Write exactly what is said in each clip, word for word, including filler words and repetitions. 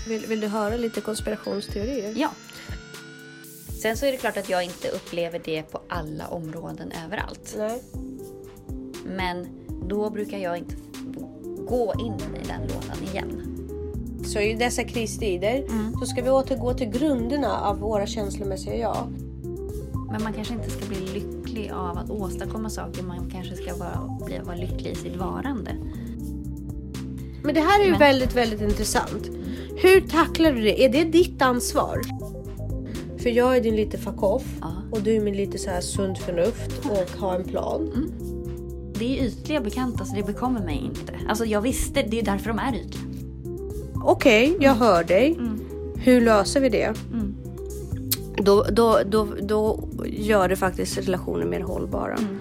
Vill, vill du höra lite konspirationsteorier? Ja. Sen så är det klart att jag inte upplever det på alla områden överallt. Nej. Men då brukar jag inte gå in i den lådan igen. Så i dessa kristider Mm. så ska vi återgå till grunderna av våra känslomässiga jag. Men man kanske inte ska bli lycklig av att åstadkomma saker. Man kanske ska vara, bli, vara lycklig i sitt varande. Men det här är ju Men- väldigt, väldigt intressant. Hur tacklar du det? Är det ditt ansvar? För jag är din lite fuck off. Ja. Och du är min lite så här sund förnuft och ha en plan. Det är ytliga bekanta så det bekommer mig inte. Alltså jag visste, det är därför de är ytliga. Okej, okay, jag hör dig. Mm. Hur löser vi det? Mm. Då, då, då, då gör det faktiskt relationer mer hållbara. Mm.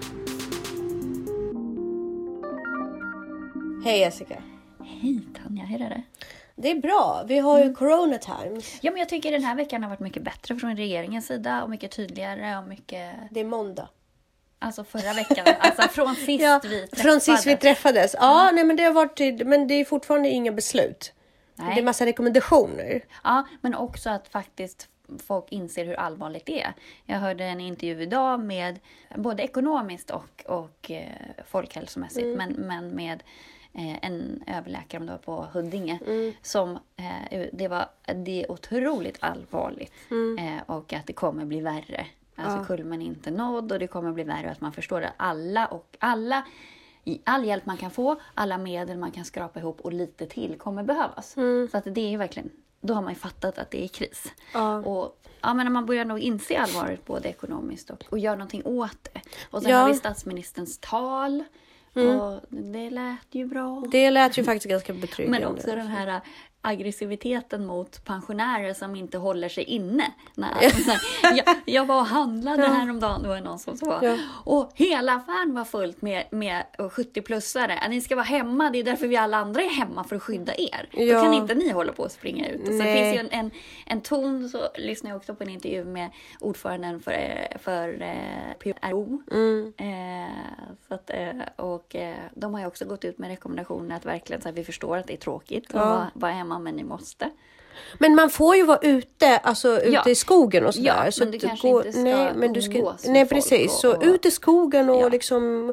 Hej Jessica. Hej Tanja, hur är det? Det är bra. Vi har ju corona times. Ja, men jag tycker den här veckan har varit mycket bättre från regeringens sida och mycket tydligare och mycket... Det är måndag. Alltså förra veckan, alltså från sist Ja, vi träffades. från sist vi träffades. Ja, nej, men det har varit, men det är fortfarande inga beslut. Nej. Det är massa rekommendationer. Ja, men också att faktiskt folk inser hur allvarligt det är. Jag hörde en intervju idag med både ekonomiskt och, och eh, folkhälsomässigt, Mm. men, men med eh, en överläkare om det var på Huddinge. Mm. Som, eh, det, var, det är otroligt allvarligt Mm. eh, och att det kommer bli värre. Alltså Ja. kulmen är inte nådd och det kommer bli värre, att man förstår att alla och alla, i all hjälp man kan få, alla medel man kan skrapa ihop och lite till kommer behövas. Mm. Så att det är ju verkligen, då har man ju fattat att det är kris. Ja. Och ja, men man börjar nog inse allvaret både ekonomiskt och, och göra någonting åt det. Och sen Ja. har vi statsministerns tal. Mm. Och det lät ju bra. Det lät ju faktiskt ganska betryggande. Men också den här aggressiviteten mot pensionärer som inte håller sig inne. Nej, alltså, så här, jag, jag var och handlade Ja. häromdagen, det var någon som sa. Ja. Och hela affären var fullt med, med sjuttio-plussare. Ni ska vara hemma, det är därför vi alla andra är hemma, för att skydda er. Ja. Då kan inte ni hålla på och springa ut. Och så Nej. finns ju en, en, en ton, så lyssnade jag också på en intervju med ordföranden för, för eh, P R O. Mm. Eh, så att, eh, och eh, de har ju också gått ut med rekommendationer att verkligen så här, vi förstår att det är tråkigt att Ja. vara, vara hemma, men ni måste. Men man får ju vara ute, alltså ute Ja. i skogen och sådär. Ja, så men du att kanske gå, inte ska nej, men du ska, umgås med nej, folk precis. och- Så och- ut i skogen och Ja. liksom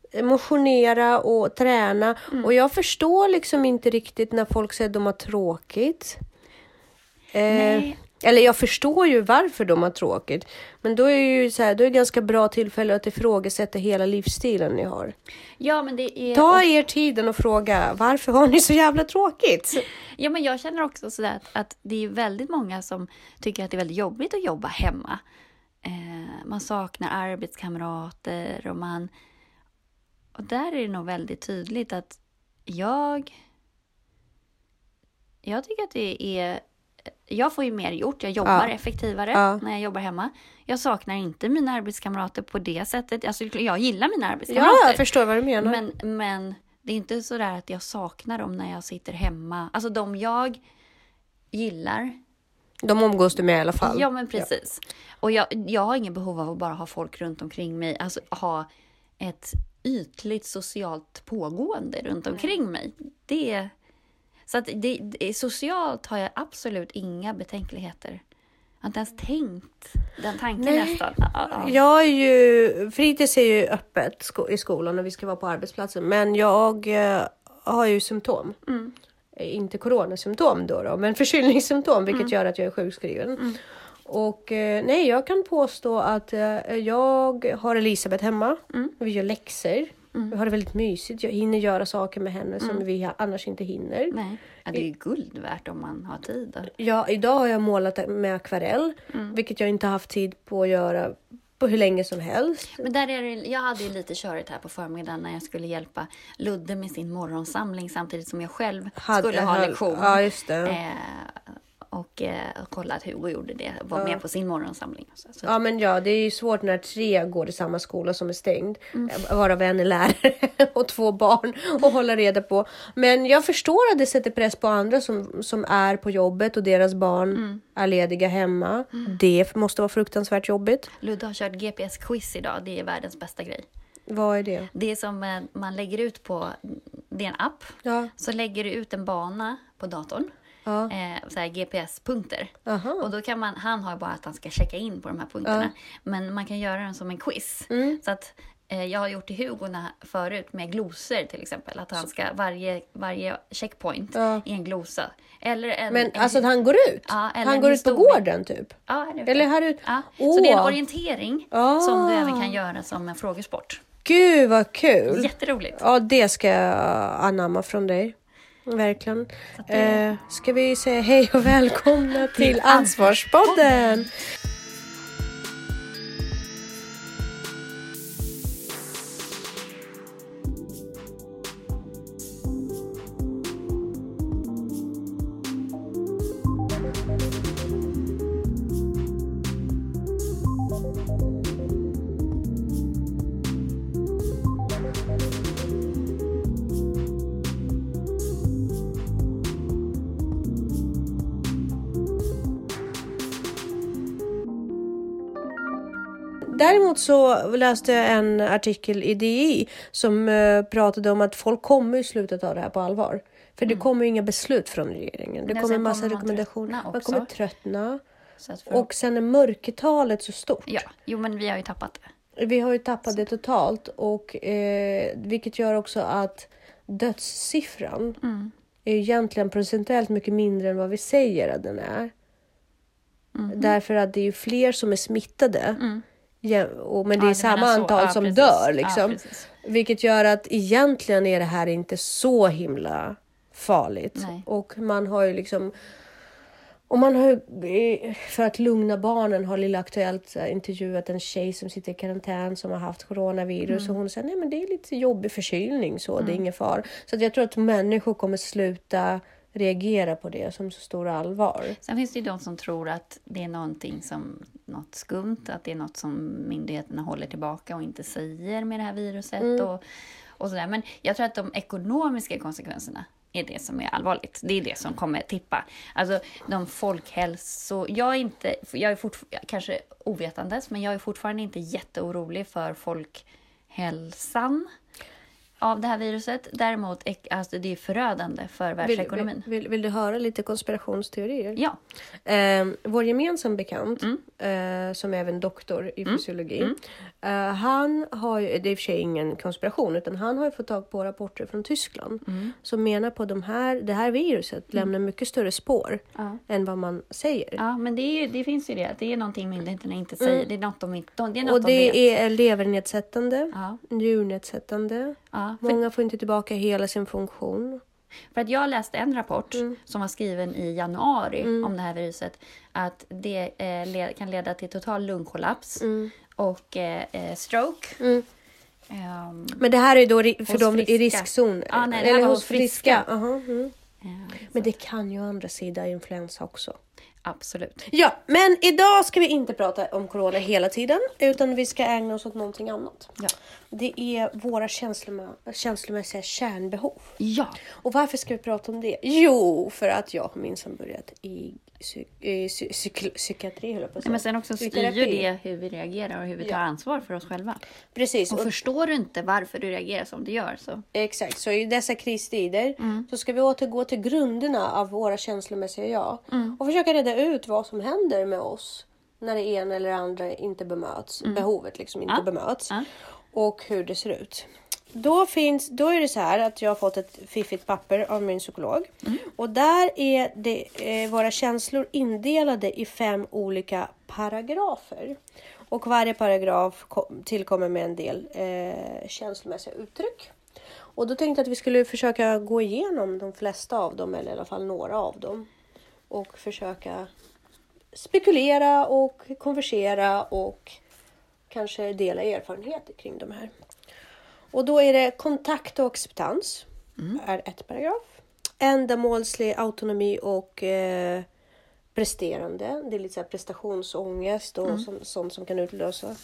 motionera och träna. Mm. Och jag förstår liksom inte riktigt när folk säger att de har tråkigt. Eh, Nej. eller jag förstår ju varför de har tråkigt. Men då är ju så här, då är det ganska bra tillfälle att ifrågasätta hela livsstilen ni har. Ja, men det är... Ta er tiden och fråga, varför har ni så jävla tråkigt? Ja, men jag känner också sådär att, att det är väldigt många som tycker att det är väldigt jobbigt att jobba hemma. Eh, man saknar arbetskamrater och man... Och där är det nog väldigt tydligt att jag... Jag tycker att det är... Jag får ju mer gjort, jag jobbar Ja. effektivare Ja. när jag jobbar hemma. Jag saknar inte mina arbetskamrater på det sättet. Alltså, jag gillar mina Ja, arbetskamrater. jag förstår vad du menar. Men, men det är inte så där att jag saknar dem när jag sitter hemma. Alltså de jag gillar. De omgås du med i alla fall. Ja, men precis. Och jag, jag har ingen behov av att bara ha folk runt omkring mig. Alltså ha ett ytligt socialt pågående runt omkring mig. Det, så att det, det, socialt har jag absolut inga betänkligheter. Jag har inte ens tänkt den tanken Nej. nästan. Ja, ja. Jag är ju, fritids är ju öppet sko- i skolan och vi ska vara på arbetsplatsen. Men jag eh, har ju symptom. Mm. Eh, Inte coronasymptom då, då men förkylningssymptom, vilket Mm. gör att jag är sjukskriven. Mm. Och eh, nej, jag kan påstå att eh, jag har Elisabeth hemma. Mm. Vi gör läxor. Mm. Vi har det väldigt mysigt. Jag hinner göra saker med henne som Mm. vi annars inte hinner. Nej. Ja, det är ju guld värt om man har tid. Ja, idag har jag målat med akvarell. Mm. Vilket jag inte haft tid på att göra på hur länge som helst. Men där är det, jag hade ju lite körigt här på förmiddagen när jag skulle hjälpa Ludde med sin morgonsamling samtidigt som jag själv Hade- skulle ha höll- lektion. Ja, just det. Eh, och eh, kolla att Hugo gjorde det, var Ja. med på sin morgonsamling. Så, så Ja, men ja, det är ju svårt när tre går i samma skola som är stängd. Mm. Varav en är lärare och två barn att hålla reda på. Men jag förstår att det sätter press på andra som, som är på jobbet och deras barn Mm. är lediga hemma. Det måste vara fruktansvärt jobbigt. Ludde har kört G P S-quiz idag, det är världens bästa grej. Vad är det? Det är som eh, man lägger ut på, det är en app, Ja. så lägger du ut en bana på datorn. Ja. eh, så här G P S-punkter. Aha. Och då kan man, han har ju bara att han ska checka in på de här punkterna. Ja. Men man kan göra den som en quiz. Mm. Så att eh, jag har gjort i Hugo när- förut med glosor till exempel. Att han ska, varje, varje checkpoint Ja. i en glosa. Eller en, Men en, alltså att han går ut? Ja, eller han en går ut på historia. gården typ? Ja, här ute. Eller här ut? Ja. Åh. Så det är en orientering Ah. som du även kan göra som en frågesport. Gud vad kul! Jätteroligt. Ja, det ska jag anamma från dig. Verkligen. det- Eh, ska vi säga hej och välkomna till Ansvarspodden! Däremot så läste jag en artikel i D I som eh, pratade om att folk kommer i slutet av det här på allvar. För det kommer ju inga beslut från regeringen. Det Nej, kommer sen massa kommer man rekommendationer. tröttna Man också. kommer tröttna. Så att för... Och sen är mörkertalet så stort. Ja, jo men vi har ju tappat det. Vi har ju tappat det totalt. Och, eh, vilket gör också att dödssiffran Mm. är egentligen procentuellt mycket mindre än vad vi säger att den är. Mm. Därför att det är ju fler som är smittade. Mm. Ja, och, men det Ja, är du samma menar så. antal Ja, som precis. dör. Ja, Liksom. precis. Vilket gör att egentligen är det här inte så himla farligt. Nej. Och man har ju liksom... Och man har ju, för att lugna barnen, har Lilla Aktuellt så här, intervjuat en tjej som sitter i karantän som har haft coronavirus. Och hon säger, nej men det är lite jobbig förkylning så, det är ingen far. Så att jag tror att människor kommer sluta reagera på det som så stor allvar. Sen finns det ju de som tror att det är någonting som något skumt, att det är något som myndigheterna håller tillbaka och inte säger med det här viruset Mm. och, och sådär. Men jag tror att de ekonomiska konsekvenserna är det som är allvarligt. Det är det som kommer tippa. Alltså de folkhälso... Jag är inte, jag är fortfarande kanske ovetandes, men jag är fortfarande inte jätteorolig för folkhälsan av det här viruset. Däremot, alltså, det är förödande för världsekonomin. Vill, vill, vill du höra lite konspirationsteorier? Ja. Eh, vår gemensam bekant, Mm. eh, som är även doktor i fysiologi, eh, han har ju, det är i och för sig ingen konspiration, utan han har ju fått tag på rapporter från Tyskland Mm. som menar på att de här, det här viruset lämnar mycket större spår Ja. än vad man säger. Ja, men det, är ju, det finns ju det. Det är någonting myndigheterna inte säger. Det är något de inte de, det är något Och de vet. det är levernedsättande, Ja, njurnedsättande. ja. För, Många får inte tillbaka hela sin funktion. för att jag läste en rapport Mm. som var skriven i januari om det här viruset. Att det eh, le, kan leda till total lungkollaps Mm. och eh, eh, stroke. Mm. Ehm, Men det här är då ri- för Hos dem i friska. riskzon. Ja, nej, det här Eller var hos hos friska. friska. Aha, mm. eh, Men det kan ju å andra sidan influensa också. absolut. Ja, men idag ska vi inte prata om corona hela tiden, utan vi ska ägna oss åt någonting annat. Ja. Det är våra känslomä- känslomässiga kärnbehov. Ja. Och varför ska vi prata om det? Jo, för att jag har minsann börjat i, psy- i psy- psyk- psykiatri, höll jag på att säga. Men sen också I styr terapi. ju det hur vi reagerar och hur vi tar Ja. ansvar för oss själva. Precis. Och Och, förstår du inte varför du reagerar som du gör så... exakt, så i dessa kristider Mm. så ska vi återgå till grunderna av våra känslomässiga jag. Mm. Och försöka reda ut vad som händer med oss när det ena eller andra inte bemöts. Behovet liksom inte Mm. Ja. bemöts. Ja. Och hur det ser ut. Då, finns, då är det så här att jag har fått ett fiffigt papper av min psykolog. Mm. Och där är det, eh, våra känslor indelade i fem olika paragrafer. Och varje paragraf kom, tillkommer med en del eh, känslomässiga uttryck. Och då tänkte jag att vi skulle försöka gå igenom de flesta av dem, eller i alla fall några av dem. Och försöka spekulera och konversera och kanske dela erfarenheter kring de här. Och då är det kontakt och acceptans, är ett paragraf. Ändamålslig autonomi och eh, presterande. Det är lite så här prestationsångest och som, sånt som kan utlösa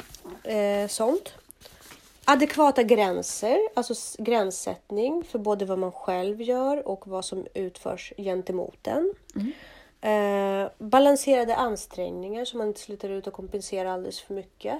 eh, sånt. Adekvata gränser, alltså s- gränssättning för både vad man själv gör och vad som utförs gentemot den. Eh, balanserade ansträngningar så man inte slutar ut och kompenserar alldeles för mycket.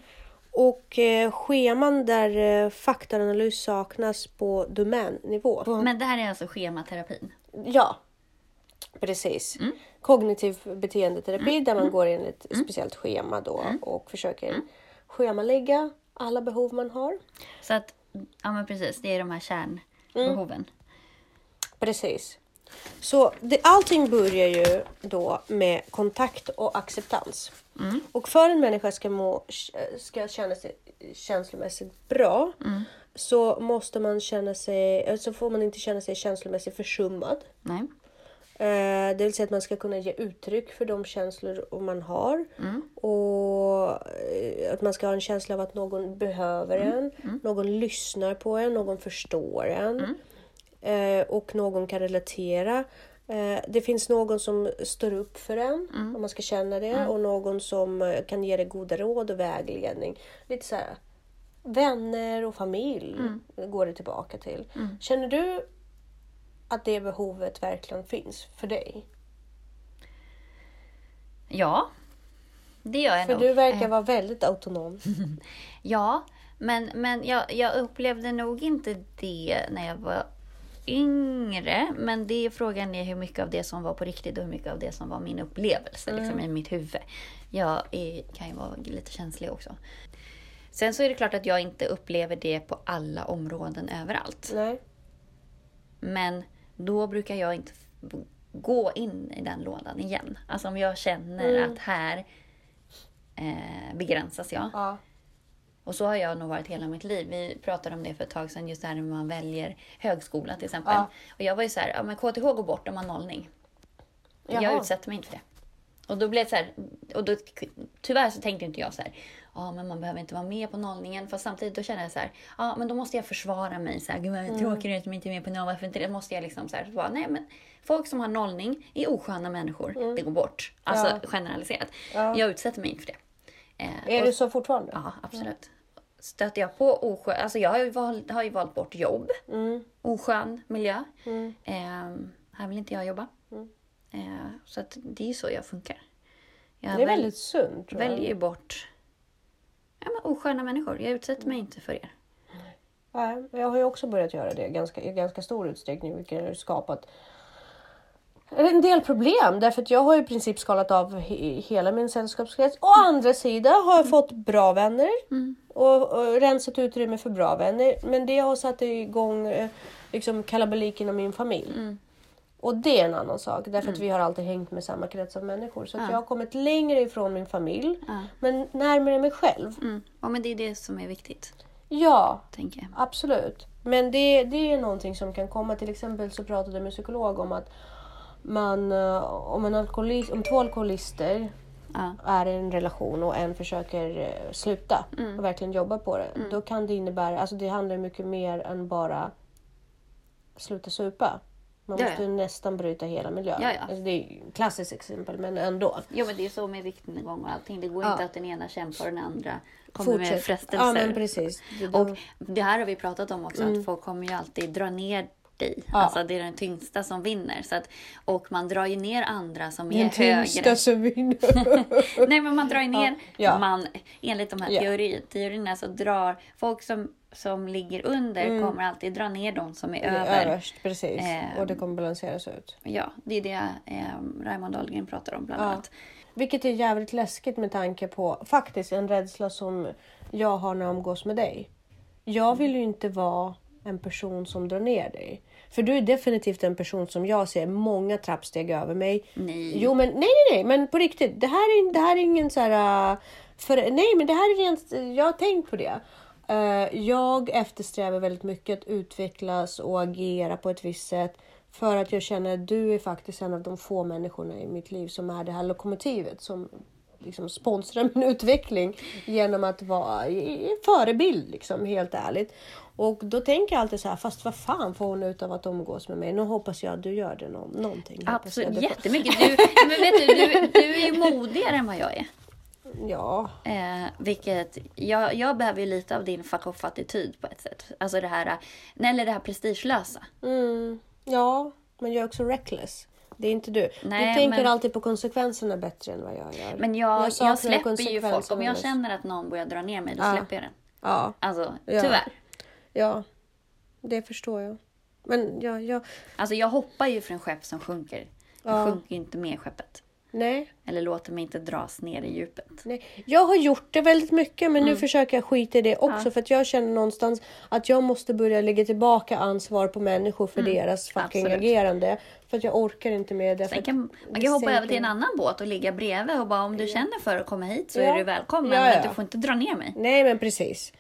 Och eh, scheman där eh, faktaanalys saknas på domännivå. Men det här är alltså schematerapin. Ja. Precis. Mm. Kognitiv beteendeterapi Mm. där man Mm. går in ett Mm. speciellt schema då Mm. och försöker Mm. schemalägga alla behov man har. Så att, ja men precis, det är de här kärnbehoven. Precis. Så det, allting börjar ju då med kontakt och acceptans. Mm. Och för en människa ska, må, ska känna sig känslomässigt bra Mm. så måste man känna sig, så får man inte känna sig känslomässigt försummad. Nej. Eh, det vill säga att man ska kunna ge uttryck för de känslor man har. Mm. Och eh, att man ska ha en känsla av att någon behöver Mm. en. Mm. Någon lyssnar på en, någon förstår en. Mm. Eh, och någon kan relatera. Eh, det finns någon som står upp för en, Mm. om man ska känna det. Mm. Och någon som eh, kan ge dig goda råd och vägledning. Lite så här, vänner och familj Mm. går det tillbaka till. Mm. Känner du att det behovet verkligen finns för dig? Ja, det gör jag För nog. du verkar Eh, vara väldigt autonom. Ja, men, men jag, jag upplevde nog inte det när jag var yngre. Men det är frågan är hur mycket av det som var på riktigt och hur mycket av det som var min upplevelse Mm. liksom, i mitt huvud. Jag är, kan ju vara lite känslig också. Sen så är det klart att jag inte upplever det på alla områden överallt. Nej. Men då brukar jag inte f- gå in i den lådan igen. Alltså om jag känner Mm. att här eh, begränsas jag. Ja. Och så har jag nog varit hela mitt liv. Vi pratade om det för ett tag sedan, just det här när man väljer högskola till exempel. Ja. Och jag var ju så här, ja men K T H går bort om man har nollning. Jaha. Jag utsätter mig inte för det. Och då blev det så här, och då, tyvärr så tänkte inte jag så här, ja men man behöver inte vara med på nollningen. Fast samtidigt då kände jag så här, ja men då måste jag försvara mig. Så här, gud vad Mm. tråkigt det är att de inte är med på noll. Varför inte det? Måste jag liksom så här, så bara, nej men folk som har nollning är osköna människor. Mm. Det går bort. Alltså Ja. generaliserat. Ja. Jag utsätter mig inte för det. Eh, Är och- det så fortfarande? Ja, absolut. Stöter jag på oskön... Alltså jag har ju, valt, har ju valt bort jobb. Mm. Oskön miljö. Mm. Eh, här vill inte jag jobba. Mm. Eh, så att det är ju så jag funkar. Jag Det är väl, väldigt sunt, tror jag. väljer ju bort ja, men osköna människor. Jag utsätter mig inte för er. Ja, jag har ju också börjat göra det ganska, i ganska stor utsträckning, vilket har skapat en del problem. Därför att jag har i princip skalat av he- hela min sällskapskrets. Å andra sidan har jag fått bra vänner Mm. och, och rensat utrymme för bra vänner. Men det har satt igång eh, liksom kalabalik inom min familj. Mm. Och det är en annan sak. Därför att vi har alltid hängt med samma krets av människor. Så att Ja. jag har kommit längre ifrån min familj. Ja. Men närmare mig själv. Mm. Ja, men det är det som är viktigt, Ja, tänker jag. absolut. Men det, det är någonting som kan komma. Till exempel så pratade jag med en psykolog om att man, eh, om, en alkoholist, om två alkoholister Ja. är i en relation och en försöker eh, sluta Mm. och verkligen jobba på det. Mm. Då kan det innebära, alltså det handlar mycket mer än bara sluta supa. Man Ja, måste ja. nästan bryta hela miljön. Ja, ja. Alltså det är ett klassiskt exempel, men ändå. Jo, men det är så med viktnedgång och allting. Det går Ja. inte att den ena kämpar och den andra kommer med Fortsätt. frestelser. Ja, men precis. Det, då- Och det här har vi pratat om också, Mm. att folk kommer ju alltid dra ner dig. Ja. Alltså det är den tyngsta som vinner. Så att, och man drar ju ner andra som är den tyngsta högre. som vinner. Nej, men man drar ju ner, Ja. Man, enligt de här Ja. teori, teorierna så drar folk som, som ligger under Mm. kommer alltid dra ner de som är Det är över. överst, precis. Eh, och det kommer balanseras ut. Ja, det är det eh, Raymond Dahlgren pratar om bland Ja. annat. Vilket är jävligt läskigt med tanke på faktiskt en rädsla som jag har när jag umgås med dig. Jag vill ju inte vara en person som drar ner dig. För du är definitivt en person som jag ser många trappsteg över mig. Nej. Jo, men nej, nej, nej, men på riktigt. Det här är, det här är ingen så här... äh, För, nej, men det här är rent... Jag har tänkt på det. Uh, jag eftersträvar väldigt mycket att utvecklas och agera på ett visst sätt. För att jag känner att du är faktiskt en av de få människorna i mitt liv som är det här lokomotivet. Som liksom sponsrar min utveckling genom att vara i- i förebild, liksom, helt ärligt. Och då tänker jag alltid så här, fast vad fan får hon ut av att umgås med mig? Nu hoppas jag att du gör det nå- någonting. Hoppas jag Absolut, det- jättemycket. Du, men vet du, du, du är ju modigare än vad jag är. Ja, Eh, vilket, jag, jag behöver ju lite av din fuck off-attityd på ett sätt. Alltså det här, eller det här prestigelösa. mm, ja, men jag är också reckless. Det är inte du. Nej, du tänker men- alltid på konsekvenserna bättre än vad jag gör. Men jag, jag, saknar släpper ju konsekvenserna folk. Om jag mest. känner att någon börjar dra ner mig, då Ja. släpper jag den. Ja, Alltså, Ja. tyvärr. ja, det förstår jag. Men ja, ja, Alltså jag hoppar ju för en skepp som sjunker. Jag sjunker inte med skeppet. Nej. Eller låter mig inte dras ner i djupet. Nej. Jag har gjort det väldigt mycket, men mm. nu försöker jag skita i det också. Ja. För att jag känner någonstans att jag måste börja lägga tillbaka ansvar på människor för mm. deras fucking Absolut. agerande. För att jag orkar inte med det. Sen kan, man kan hoppa sänker... över till en annan båt och ligga bredvid och bara om du känner för att komma hit så ja. är du välkommen. Ja, ja. Men du får inte dra ner mig. Nej, men precis.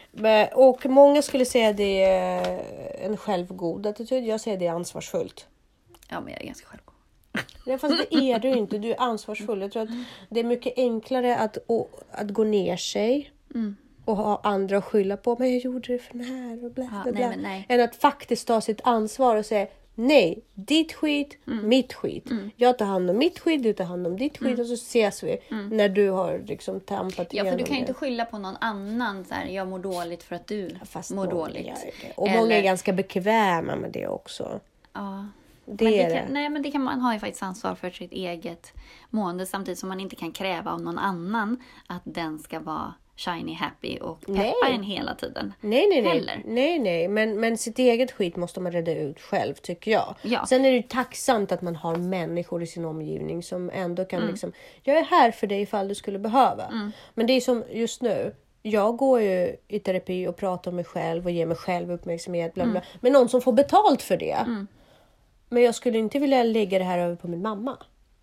Och många skulle säga att det är en självgod attityd. Jag säger det är ansvarsfullt. Ja, men jag är ganska självgod. Nej, fast det är du inte. Du är ansvarsfull. Jag tror att det är mycket enklare att, att gå ner sig mm. och ha andra att skylla på. Men jag gjorde det för den här och bla, bla, bla. Ja, nej, nej. Än att faktiskt ta sitt ansvar och säga nej, ditt skit, mm. mitt skit. Mm. Jag tar hand om mitt skit, du tar hand om ditt skit mm. och så ses vi mm. när du har liksom tampat igenom. Ja, för du kan ju inte skylla på någon annan. Så här, jag mår dåligt för att du Fast mår dåligt. Och Eller... många är ganska bekväma med det också. Ja. Det men det är kan, det. Nej, men det kan man har ju faktiskt ansvar för sitt eget mående. Samtidigt som man inte kan kräva av någon annan att den ska vara shiny, happy och peppa nej. en hela tiden. Nej, nej, nej. Heller. nej, nej. Men, men sitt eget skit måste man reda ut själv, tycker jag. Ja. Sen är det ju tacksamt att man har människor i sin omgivning som ändå kan mm. liksom, jag är här för dig ifall du skulle behöva. Mm. Men det är som just nu. Jag går ju i terapi och pratar om mig själv och ger mig själv uppmärksamhet. Bla, bla. Mm. Men någon som får betalt för det. Mm. Men jag skulle inte vilja lägga det här över på min mamma.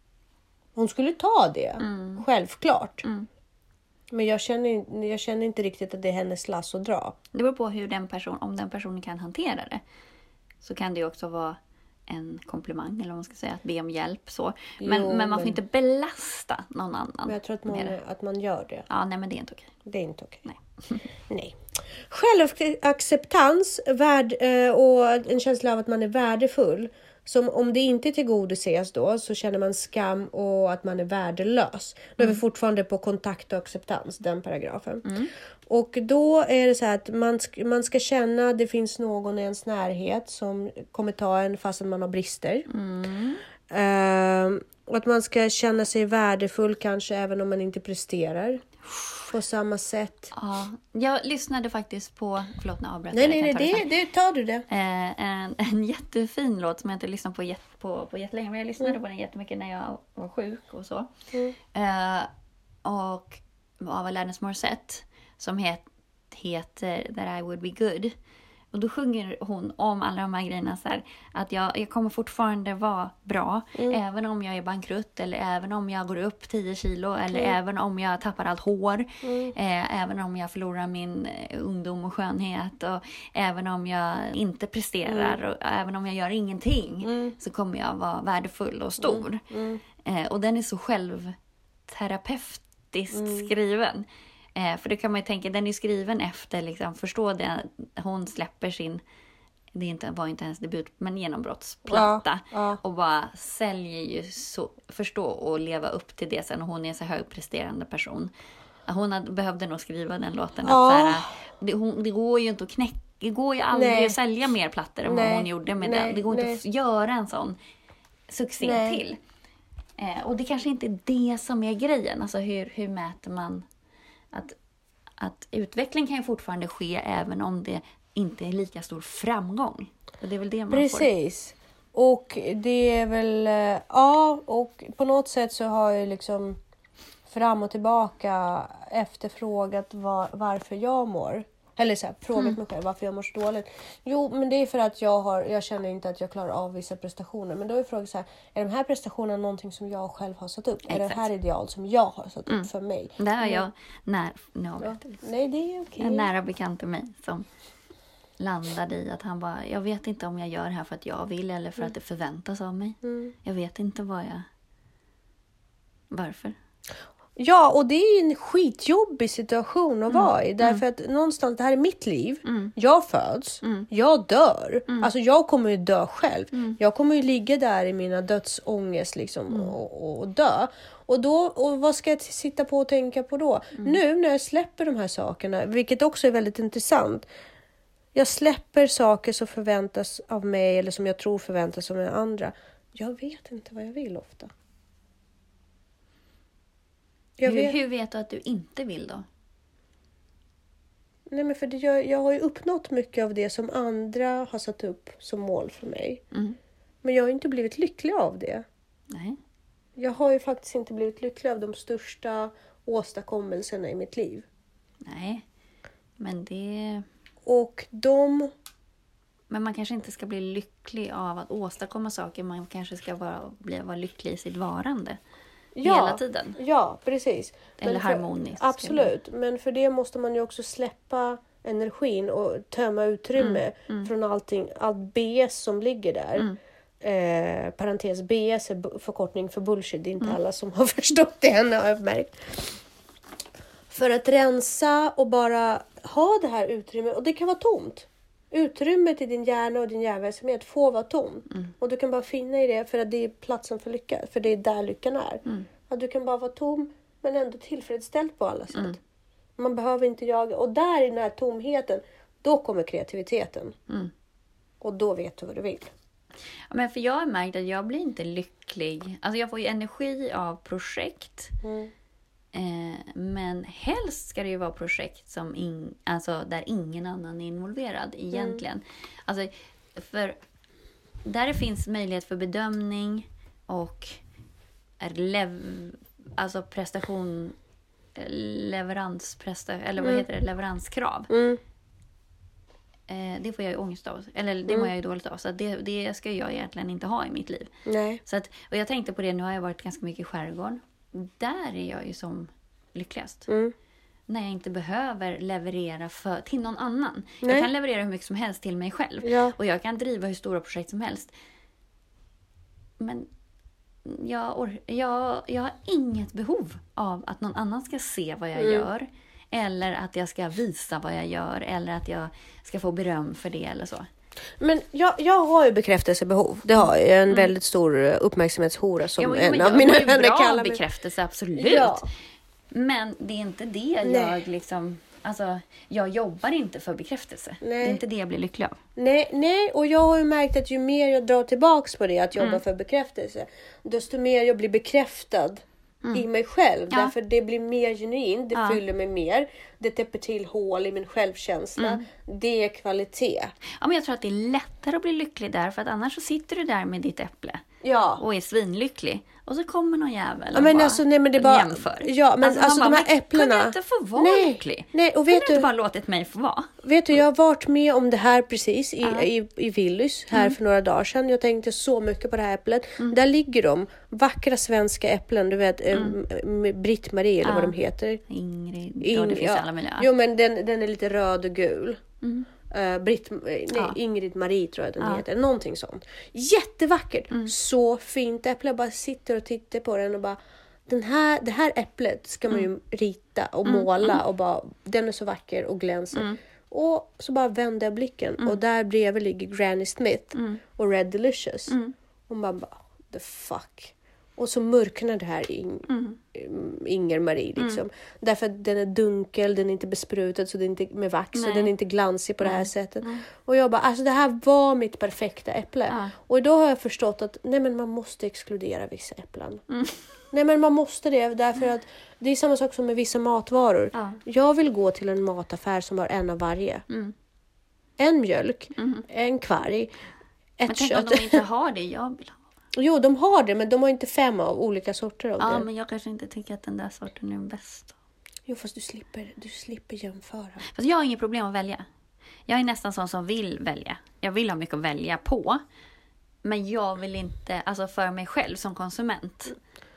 Hon skulle ta det. Mm. Självklart. Mm. Men jag känner, jag känner inte riktigt att det är hennes lass att dra. Det beror på hur den person, om den personen kan hantera det. Så kan det ju också vara en komplimang. Eller vad man ska säga. Att be om hjälp. Så. Men, jo, men man får men... inte belasta någon annan. Men jag tror att man, att man gör det. Ja, nej men det är inte okej. Det är inte okej. Nej. nej. Självacceptans värd, och en känsla av att man är värdefull. Som om det inte tillgodoses då så känner man skam och att man är värdelös. Då är vi fortfarande på kontakt och acceptans, den paragrafen. Mm. Och då är det så här att man ska, man ska känna att det finns någon i ens närhet som kommer ta en fast man har brister. Mm. Uh, och att man ska känna sig värdefull kanske även om man inte presterar på samma sätt. Ja, jag lyssnade faktiskt på, förlåt nu avbröt Nej, nej, nej, det, det tar du det. Eh, en, en jättefin låt som jag inte lyssnat på, jätt, på, på jättelänge, men jag lyssnade mm. på den jättemycket när jag var sjuk och så. Mm. Eh, och av Alanis Morissette som het, heter That I Would Be Good. Och då sjunger hon om alla de här grejerna så här, att jag, jag kommer fortfarande vara bra. Mm. Även om jag är bankrutt. Eller även om jag går upp tio kilo. Eller mm. även om jag tappar allt hår. Mm. Eh, även om jag förlorar min ungdom och skönhet. Och även om jag inte presterar. Mm. Och även om jag gör ingenting. Mm. Så kommer jag vara värdefull och stor. Mm. Mm. Eh, och den är så självterapeutiskt mm. skriven. Eh, för det kan man ju tänka, den är skriven efter, liksom, förstå det, hon släpper sin, det inte, var inte hennes debut, men genombrottsplatta. Ja, ja. Och bara säljer ju så, förstå och leva upp till det sen. Och hon är en så högpresterande person. Hon hade, behövde nog skriva den låten. Ja. Att, så här, det, hon, det går ju inte att knäcka, det går ju aldrig nej. att sälja mer plattor än nej. vad hon gjorde med nej. den. Det går nej. inte att göra en sån succé nej. till. Eh, och det kanske inte är det som är grejen. Alltså hur, hur mäter man Att, att utveckling kan ju fortfarande ske även om det inte är lika stor framgång. Och det är väl det man Precis. Får. Och det är väl, ja, och på något sätt så har jag liksom fram och tillbaka efterfrågat var, varför jag mår. Eller så här, frågat mm. mig själv varför jag mår så dåligt. Jo, men det är för att jag har, jag känner inte att jag klarar av vissa prestationer. Men då är frågan så här, är de här prestationerna någonting som jag själv har satt upp? Exakt. Är det här ideal som jag har satt upp mm. för mig? Det har jag när, no, ja. Nej, det är okej. En nära bekant till mig som landade i att han bara, jag vet inte om jag gör det här för att jag vill eller för mm. att det förväntas av mig. Mm. Jag vet inte vad jag, varför. Ja, och det är en skitjobbig situation att mm. vara i. Därför mm. att någonstans, det här är mitt liv. Mm. Jag föds. Mm. Jag dör. Mm. Alltså jag kommer ju dö själv. Mm. Jag kommer ju ligga där i mina dödsångest liksom, mm. och, och dö. Och, då, och vad ska jag sitta på och tänka på då? Mm. Nu när jag släpper de här sakerna, vilket också är väldigt intressant. Jag släpper saker som förväntas av mig eller som jag tror förväntas av andra. Jag vet inte vad jag vill ofta. Hur vet. hur vet du att du inte vill då? Nej, men för det, jag, jag har ju uppnått mycket av det som andra har satt upp som mål för mig. Mm. Men jag har inte blivit lycklig av det. Nej. Jag har ju faktiskt inte blivit lycklig av de största åstadkommelserna i mitt liv. Nej, men det... Och de... Men man kanske inte ska bli lycklig av att åstadkomma saker. Man kanske ska vara, bli, vara lycklig i sitt varande. Ja, hela tiden. Ja, precis. Eller men för, harmoniskt. Absolut, eller? Men för det måste man ju också släppa energin och tömma utrymme mm, mm. från allting, allt B S som ligger där. Mm. Eh, parentes B S är förkortning för bullshit. Det är inte mm. alla som har förstått det än, har jag märkt. För att rensa och bara ha det här utrymmet, och det kan vara tomt. Utrymmet i din hjärna och din hjärnverksamhet får vara tom. Mm. Och du kan bara finna i det för att det är platsen för lycka. För det är där lyckan är. Mm. Att du kan bara vara tom men ändå tillfredsställd på alla sätt. Mm. Man behöver inte jaga. Och där i den här tomheten, då kommer kreativiteten. Mm. Och då vet du vad du vill. Ja, men för jag har märkt att jag blir inte lycklig. Alltså jag får ju energi av projekt. Mm. Eh, men helst ska det ju vara projekt som in, alltså där ingen annan är involverad egentligen. Mm. Alltså, för där det finns möjlighet för bedömning och lev, alltså prestation, leveranspresta, eller vad mm. heter det, leveranskrav. Mm. Eh, det får jag ju ångest av. Eller det mm. mår jag ju dåligt av. Så det, det ska jag egentligen inte ha i mitt liv. Nej. Så att, och jag tänkte på det, nu har jag varit ganska mycket i skärgården. Där är jag ju som lyckligast. Mm. När jag inte behöver leverera för, till någon annan. Nej. Jag kan leverera hur mycket som helst till mig själv. Ja. Och jag kan driva hur stora projekt som helst. Men jag, or- jag, jag har inget behov av att någon annan ska se vad jag Mm. gör. Eller att jag ska visa vad jag gör. Eller att jag ska få beröm för det eller så. Men jag, jag har ju bekräftelsebehov. Det har jag. En mm. väldigt stor uppmärksamhetshora som ja, men, en men, av mina vänner kallar mig. Det är bra bekräftelse, absolut. Ja. Men det är inte det Nej. jag liksom... Alltså, jag jobbar inte för bekräftelse. Nej. Det är inte det jag blir lycklig av. Nej, nej, och jag har ju märkt att ju mer jag drar tillbaks på det, att jobba Mm. för bekräftelse, desto mer jag blir bekräftad mm. i mig själv. Ja. Därför det blir mer genuint, det Ja. fyller mig mer, det täpper till hål i min självkänsla. Mm. Det är kvalitet. Ja, men jag tror att det är lättare att bli lycklig där, för att annars så sitter du där med ditt äpple Ja. och är svinlycklig. Och så kommer någon jävel Ja, och men bara alltså, nej, men det bara, jämför. Ja, men alltså, alltså de bara, här äpplena. Kunde jag inte få vara nej, lycklig? nej, och Kunde vet du du, inte bara låtit mig få vara? vet du, jag har varit med om det här precis i, Ja. i, i Willys här Mm. för några dagar sedan. Jag tänkte så mycket på det här äpplet. Mm. Där ligger de, vackra svenska äpplen, du vet, Mm. eh, Britt-Marie eller Ja. vad de heter. Ingrid, In, ja, det finns ja. alla möjliga. Jo, men den, den är lite röd och gul. Mm. Uh, Britt, nej, Ja. Ingrid Marie tror jag den Ja. heter. Någonting sånt. Jättevackert. Mm. Så fint äpple. Jag bara sitter och tittar på den och bara, den här, det här äpplet ska man ju rita och Mm. måla. Mm. Och bara, den är så vacker och glänser. Mm. Och så bara vände jag blicken. Mm. Och där bredvid ligger Granny Smith Mm. och Red Delicious. Mm. Och man bara, the fuck. Och så mörknar det här in, Mm. Inger Marie liksom. Mm. Därför att den är dunkel, den är inte besprutad så det är inte med vax Nej. och den är inte glansig på det här Nej. sättet. Nej. Och jag bara, alltså det här var mitt perfekta äpple. Ja. Och idag har jag förstått att nej men man måste exkludera vissa äpplen. Mm. Nej men man måste det därför att det är samma sak som med vissa matvaror. Ja. Jag vill gå till en mataffär som har en av varje. Mm. En mjölk, Mm. en kvarg, Men ett tänk om kött. de inte har det jag vill ha. Jo, de har det men de har inte fem av olika sorter av Ja, det. men jag kanske inte tycker att den där sorten är bäst. Jo, fast du slipper, du slipper jämföra. Fast jag har inget problem att välja. Jag är nästan sån som vill välja. Jag vill ha mycket att välja på. Men jag vill inte, alltså för mig själv som konsument.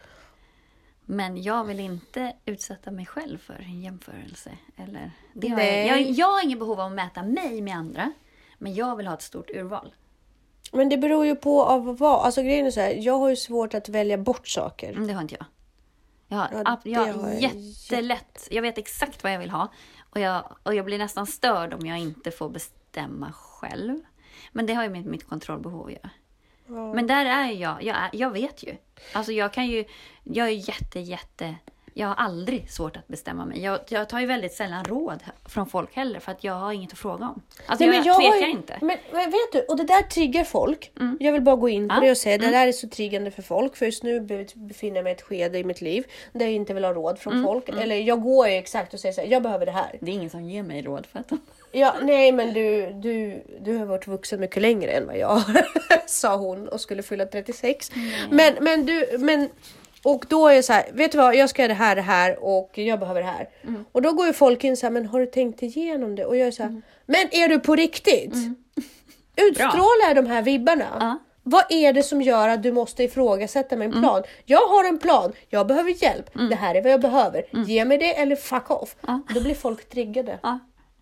Men jag vill inte utsätta mig själv för en jämförelse. Eller, det har jag, jag, jag har ingen behov av att mäta mig med andra. Men jag vill ha ett stort urval. Men det beror ju på av vad. Alltså grejen är så här, jag har ju svårt att välja bort saker. Mm, det har inte jag. Jag har, Ja, ab- jag det har har jag jättelätt. Jag vet exakt vad jag vill ha. Och jag, och jag blir nästan störd om jag inte får bestämma själv. Men det har ju med mitt kontrollbehov att göra. Ja. Men där är jag. Jag, är, jag vet ju. Alltså jag kan ju. Jag är jätte, jätte. Jag har aldrig svårt att bestämma mig. Jag, jag tar ju väldigt sällan råd från folk heller. För att jag har inget att fråga om. Alltså Nej, jag, men jag tvekar har ju- inte. Men, men vet du, och det där triggar folk. Mm. Jag vill bara gå in på Ja. det och säga, det Mm. där är så triggande för folk. För just nu be- befinner jag mig i ett skede i mitt liv där jag inte vill ha råd från Mm. folk. Mm. Eller jag går ju exakt och säger så här, jag behöver det här. Det är ingen som ger mig råd för att de... Ja, nej men du, du, du har varit vuxen mycket längre än vad jag sa hon och skulle fylla trettiosex. Mm. Men, men du, men och då är jag så här, vet du vad, jag ska göra det här, det här och jag behöver det här. Mm. Och då går ju folk in så här, men har du tänkt igenom det? Och jag är så här, mm. men är du på riktigt? Mm. Utstrålar de här vibbarna? Uh. Vad är det som gör att du måste ifrågasätta min plan? Mm. Jag har en plan, jag behöver hjälp. Mm. Det här är vad jag behöver. Mm. Ge mig det eller fuck off. Uh. Då blir folk triggade. Uh.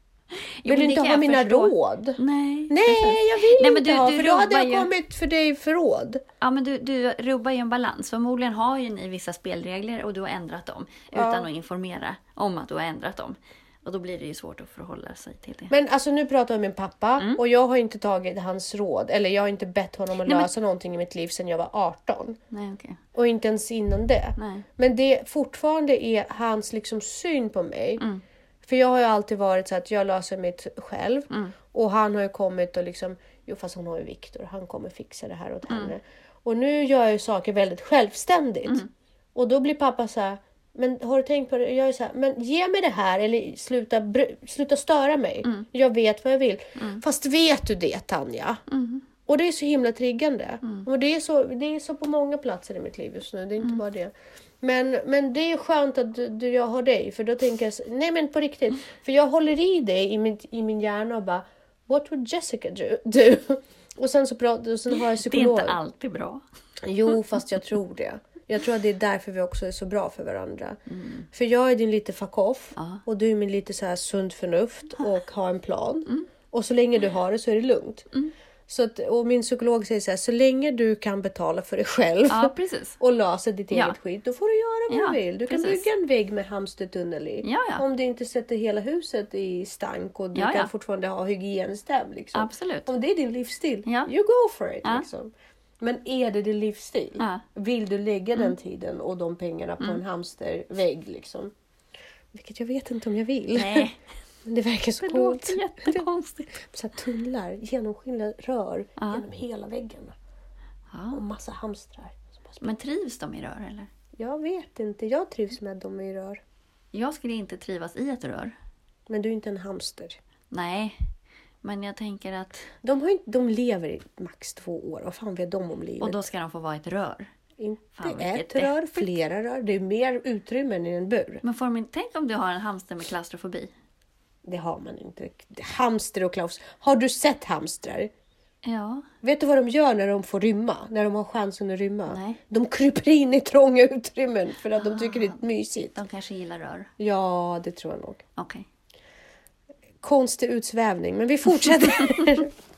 Vill du inte ha mina förstå. råd? Nej. Nej, jag vill Nej, men inte du, ha. Du för då hade jag ju... kommit för dig för råd. Ja, men du, du rubbar ju en balans. Förmodligen har ju ni vissa spelregler och du har ändrat dem. Ja. Utan att informera om att du har ändrat dem. Och då blir det ju svårt att förhålla sig till det. Men alltså nu pratar jag med min pappa. Mm. Och jag har inte tagit hans råd. Eller jag har inte bett honom att Nej, lösa men... någonting i mitt liv sedan jag var arton. Nej, okay. Och inte ens innan det. Nej. Men det fortfarande är hans liksom syn på mig. Mm. För jag har ju alltid varit så att jag löser mitt själv. Mm. Och han har ju kommit och liksom... Jo, fast hon har ju Viktor. Han kommer fixa det här åt mm. henne. Och nu gör jag ju saker väldigt självständigt. Mm. Och då blir pappa så här... Men har du tänkt på det? Jag är så här, men ge mig det här. Eller sluta, br- sluta störa mig. Mm. Jag vet vad jag vill. Mm. Fast vet du det, Tanja? Mm. Och det är så himla triggande. Mm. Och det är, så, det är så på många platser i mitt liv just nu. Det är inte mm. bara det. Men, men det är skönt att du, du, jag har dig. För då tänker jag, nej men på riktigt. Mm. För jag håller i dig i min, i min hjärna och bara, what would Jessica do? Och sen så pratar, och sen har jag psykolog. Det är inte alltid bra. Jo, fast jag tror det. Jag tror att det är därför vi också är så bra för varandra. Mm. För jag är din lite fuck off. Uh. Och du är min lite så här sund förnuft. Och har en plan. Mm. Och så länge du har det så är det lugnt. Mm. Så att, och min psykolog säger så här, så länge du kan betala för dig själv ja, precis. och lösa ditt ja. eget skit, då får du göra vad ja, du vill. Du precis. kan bygga en vägg med hamstertunnel i. Ja, ja. Om det inte sätter hela huset i stank och du ja, kan ja. fortfarande ha hygienstäm. Liksom. Absolut. Om det är din livsstil, ja. you go for it. Ja. Liksom. Men är det din livsstil? Ja. Vill du lägga mm. den tiden och de pengarna på mm. en hamstervägg? Liksom? Vilket jag vet inte om jag vill. Nej. Men det verkar så det coolt. Det låter jättekonstigt. Så här tunnlar, genomskinliga rör ja. genom hela väggen. Ja. Och massa hamstrar. Men trivs de i rör eller? Jag vet inte. Jag trivs med dem i rör. Jag skulle inte trivas i ett rör. Men du är inte en hamster. Nej. Men jag tänker att... De, har inte, de lever i max två år. Vad fan vet de om livet? Och då ska de få vara ett rör. Inte fan, ett rör, deppigt. Flera rör. Det är mer utrymme än i en bur. Men får man, tänk om du har en hamster med klaustrofobi. Det har man inte. Hamster och klaus. Har du sett hamstrar? Ja. Vet du vad de gör när de får rymma? När de har chansen att rymma? Nej. De kryper in i trånga utrymmen för att ah, de tycker det är mysigt. De kanske gillar rör. Ja, det tror jag nog. Okej. Okay. Konstig utsvävning, men vi fortsätter.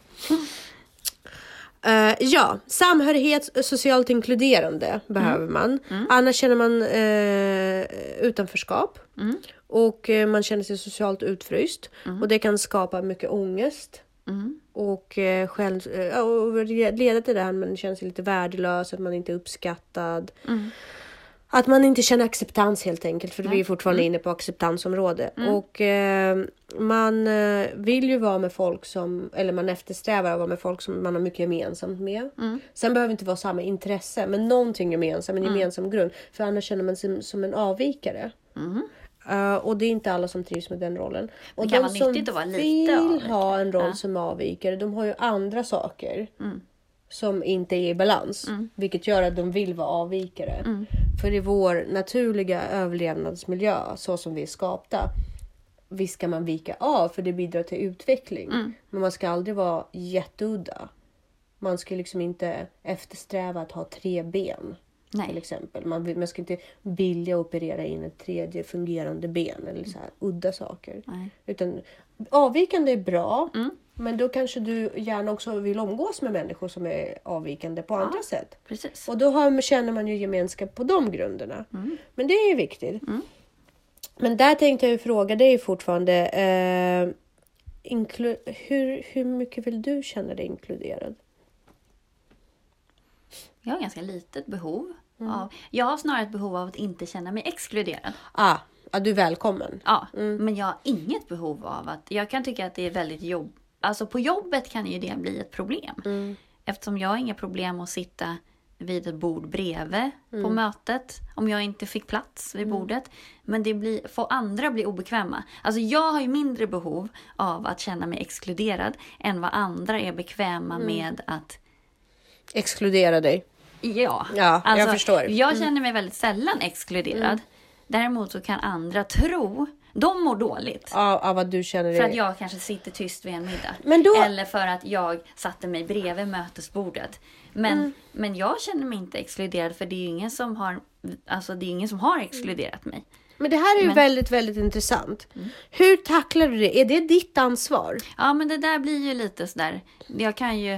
uh, ja, samhörighet, socialt inkluderande mm. behöver man. Mm. Annars känner man uh, utanförskap. Mm. Och uh, man känner sig socialt utfryst. Mm. Och det kan skapa mycket ångest. Mm. Och, uh, själv, uh, och leda till det här att man känner sig lite värdelös. Att man inte är uppskattad. Mm. Att man inte känner acceptans helt enkelt. För mm. vi är fortfarande mm. inne på acceptansområde. Mm. Och eh, man eh, vill ju vara med folk som... Eller man eftersträvar att vara med folk som man har mycket gemensamt med. Mm. Sen behöver det inte vara samma intresse. Men någonting gemensamt. En mm. gemensam grund. För annars känner man sig som en avvikare. Mm. Uh, och det är inte alla som trivs med den rollen. Och det kan de vara nyttigt att vara lite som vill ha en roll ja. som avvikare. De har ju andra saker. Mm. Som inte är i balans. Mm. Vilket gör att de vill vara avvikare. Mm. För i vår naturliga överlevnadsmiljö. Så som vi är skapta. Visst ska man vika av. För det bidrar till utveckling. Mm. Men man ska aldrig vara jätteudda. Man ska liksom inte eftersträva att ha tre ben. Nej. Till exempel. Man, man ska inte vilja operera in ett tredje fungerande ben. Eller så här udda saker. Nej. Utan avvikande är bra. Mm. Men då kanske du gärna också vill omgås med människor som är avvikande på ja, andra sätt. Precis. Och då har, känner man ju gemenskap på de grunderna. Mm. Men det är ju viktigt. Mm. Men där tänkte jag ju fråga dig fortfarande. Eh, inklu- hur, hur mycket vill du känna dig inkluderad? Jag har ganska litet behov. Mm. Av, jag har snarare ett behov av att inte känna mig exkluderad. Ah. Ja, du är välkommen. Ja, mm. men jag har inget behov av att... Jag kan tycka att det är väldigt jobb... Alltså på jobbet kan ju det bli ett problem. Mm. Eftersom jag har inga problem att sitta vid ett bord bredvid mm. på mötet. Om jag inte fick plats vid mm. bordet. Men det blir, får andra bli obekväma. Alltså jag har ju mindre behov av att känna mig exkluderad. Än vad andra är bekväma mm. med att... Exkludera dig. Ja. Ja, alltså, jag förstår. Mm. Jag känner mig väldigt sällan exkluderad. Mm. Däremot så kan andra tro... De mår dåligt. Ja, av vad du känner dig. För att jag kanske sitter tyst vid en middag. Men då... Eller för att jag satte mig bredvid mötesbordet. Men, mm. men jag känner mig inte exkluderad. För det är ju ingen som har, alltså det är ingen som har exkluderat mig. Men det här är ju men... väldigt, väldigt intressant. Mm. Hur tacklar du det? Är det ditt ansvar? Ja, men det där blir ju lite sådär. Jag kan ju...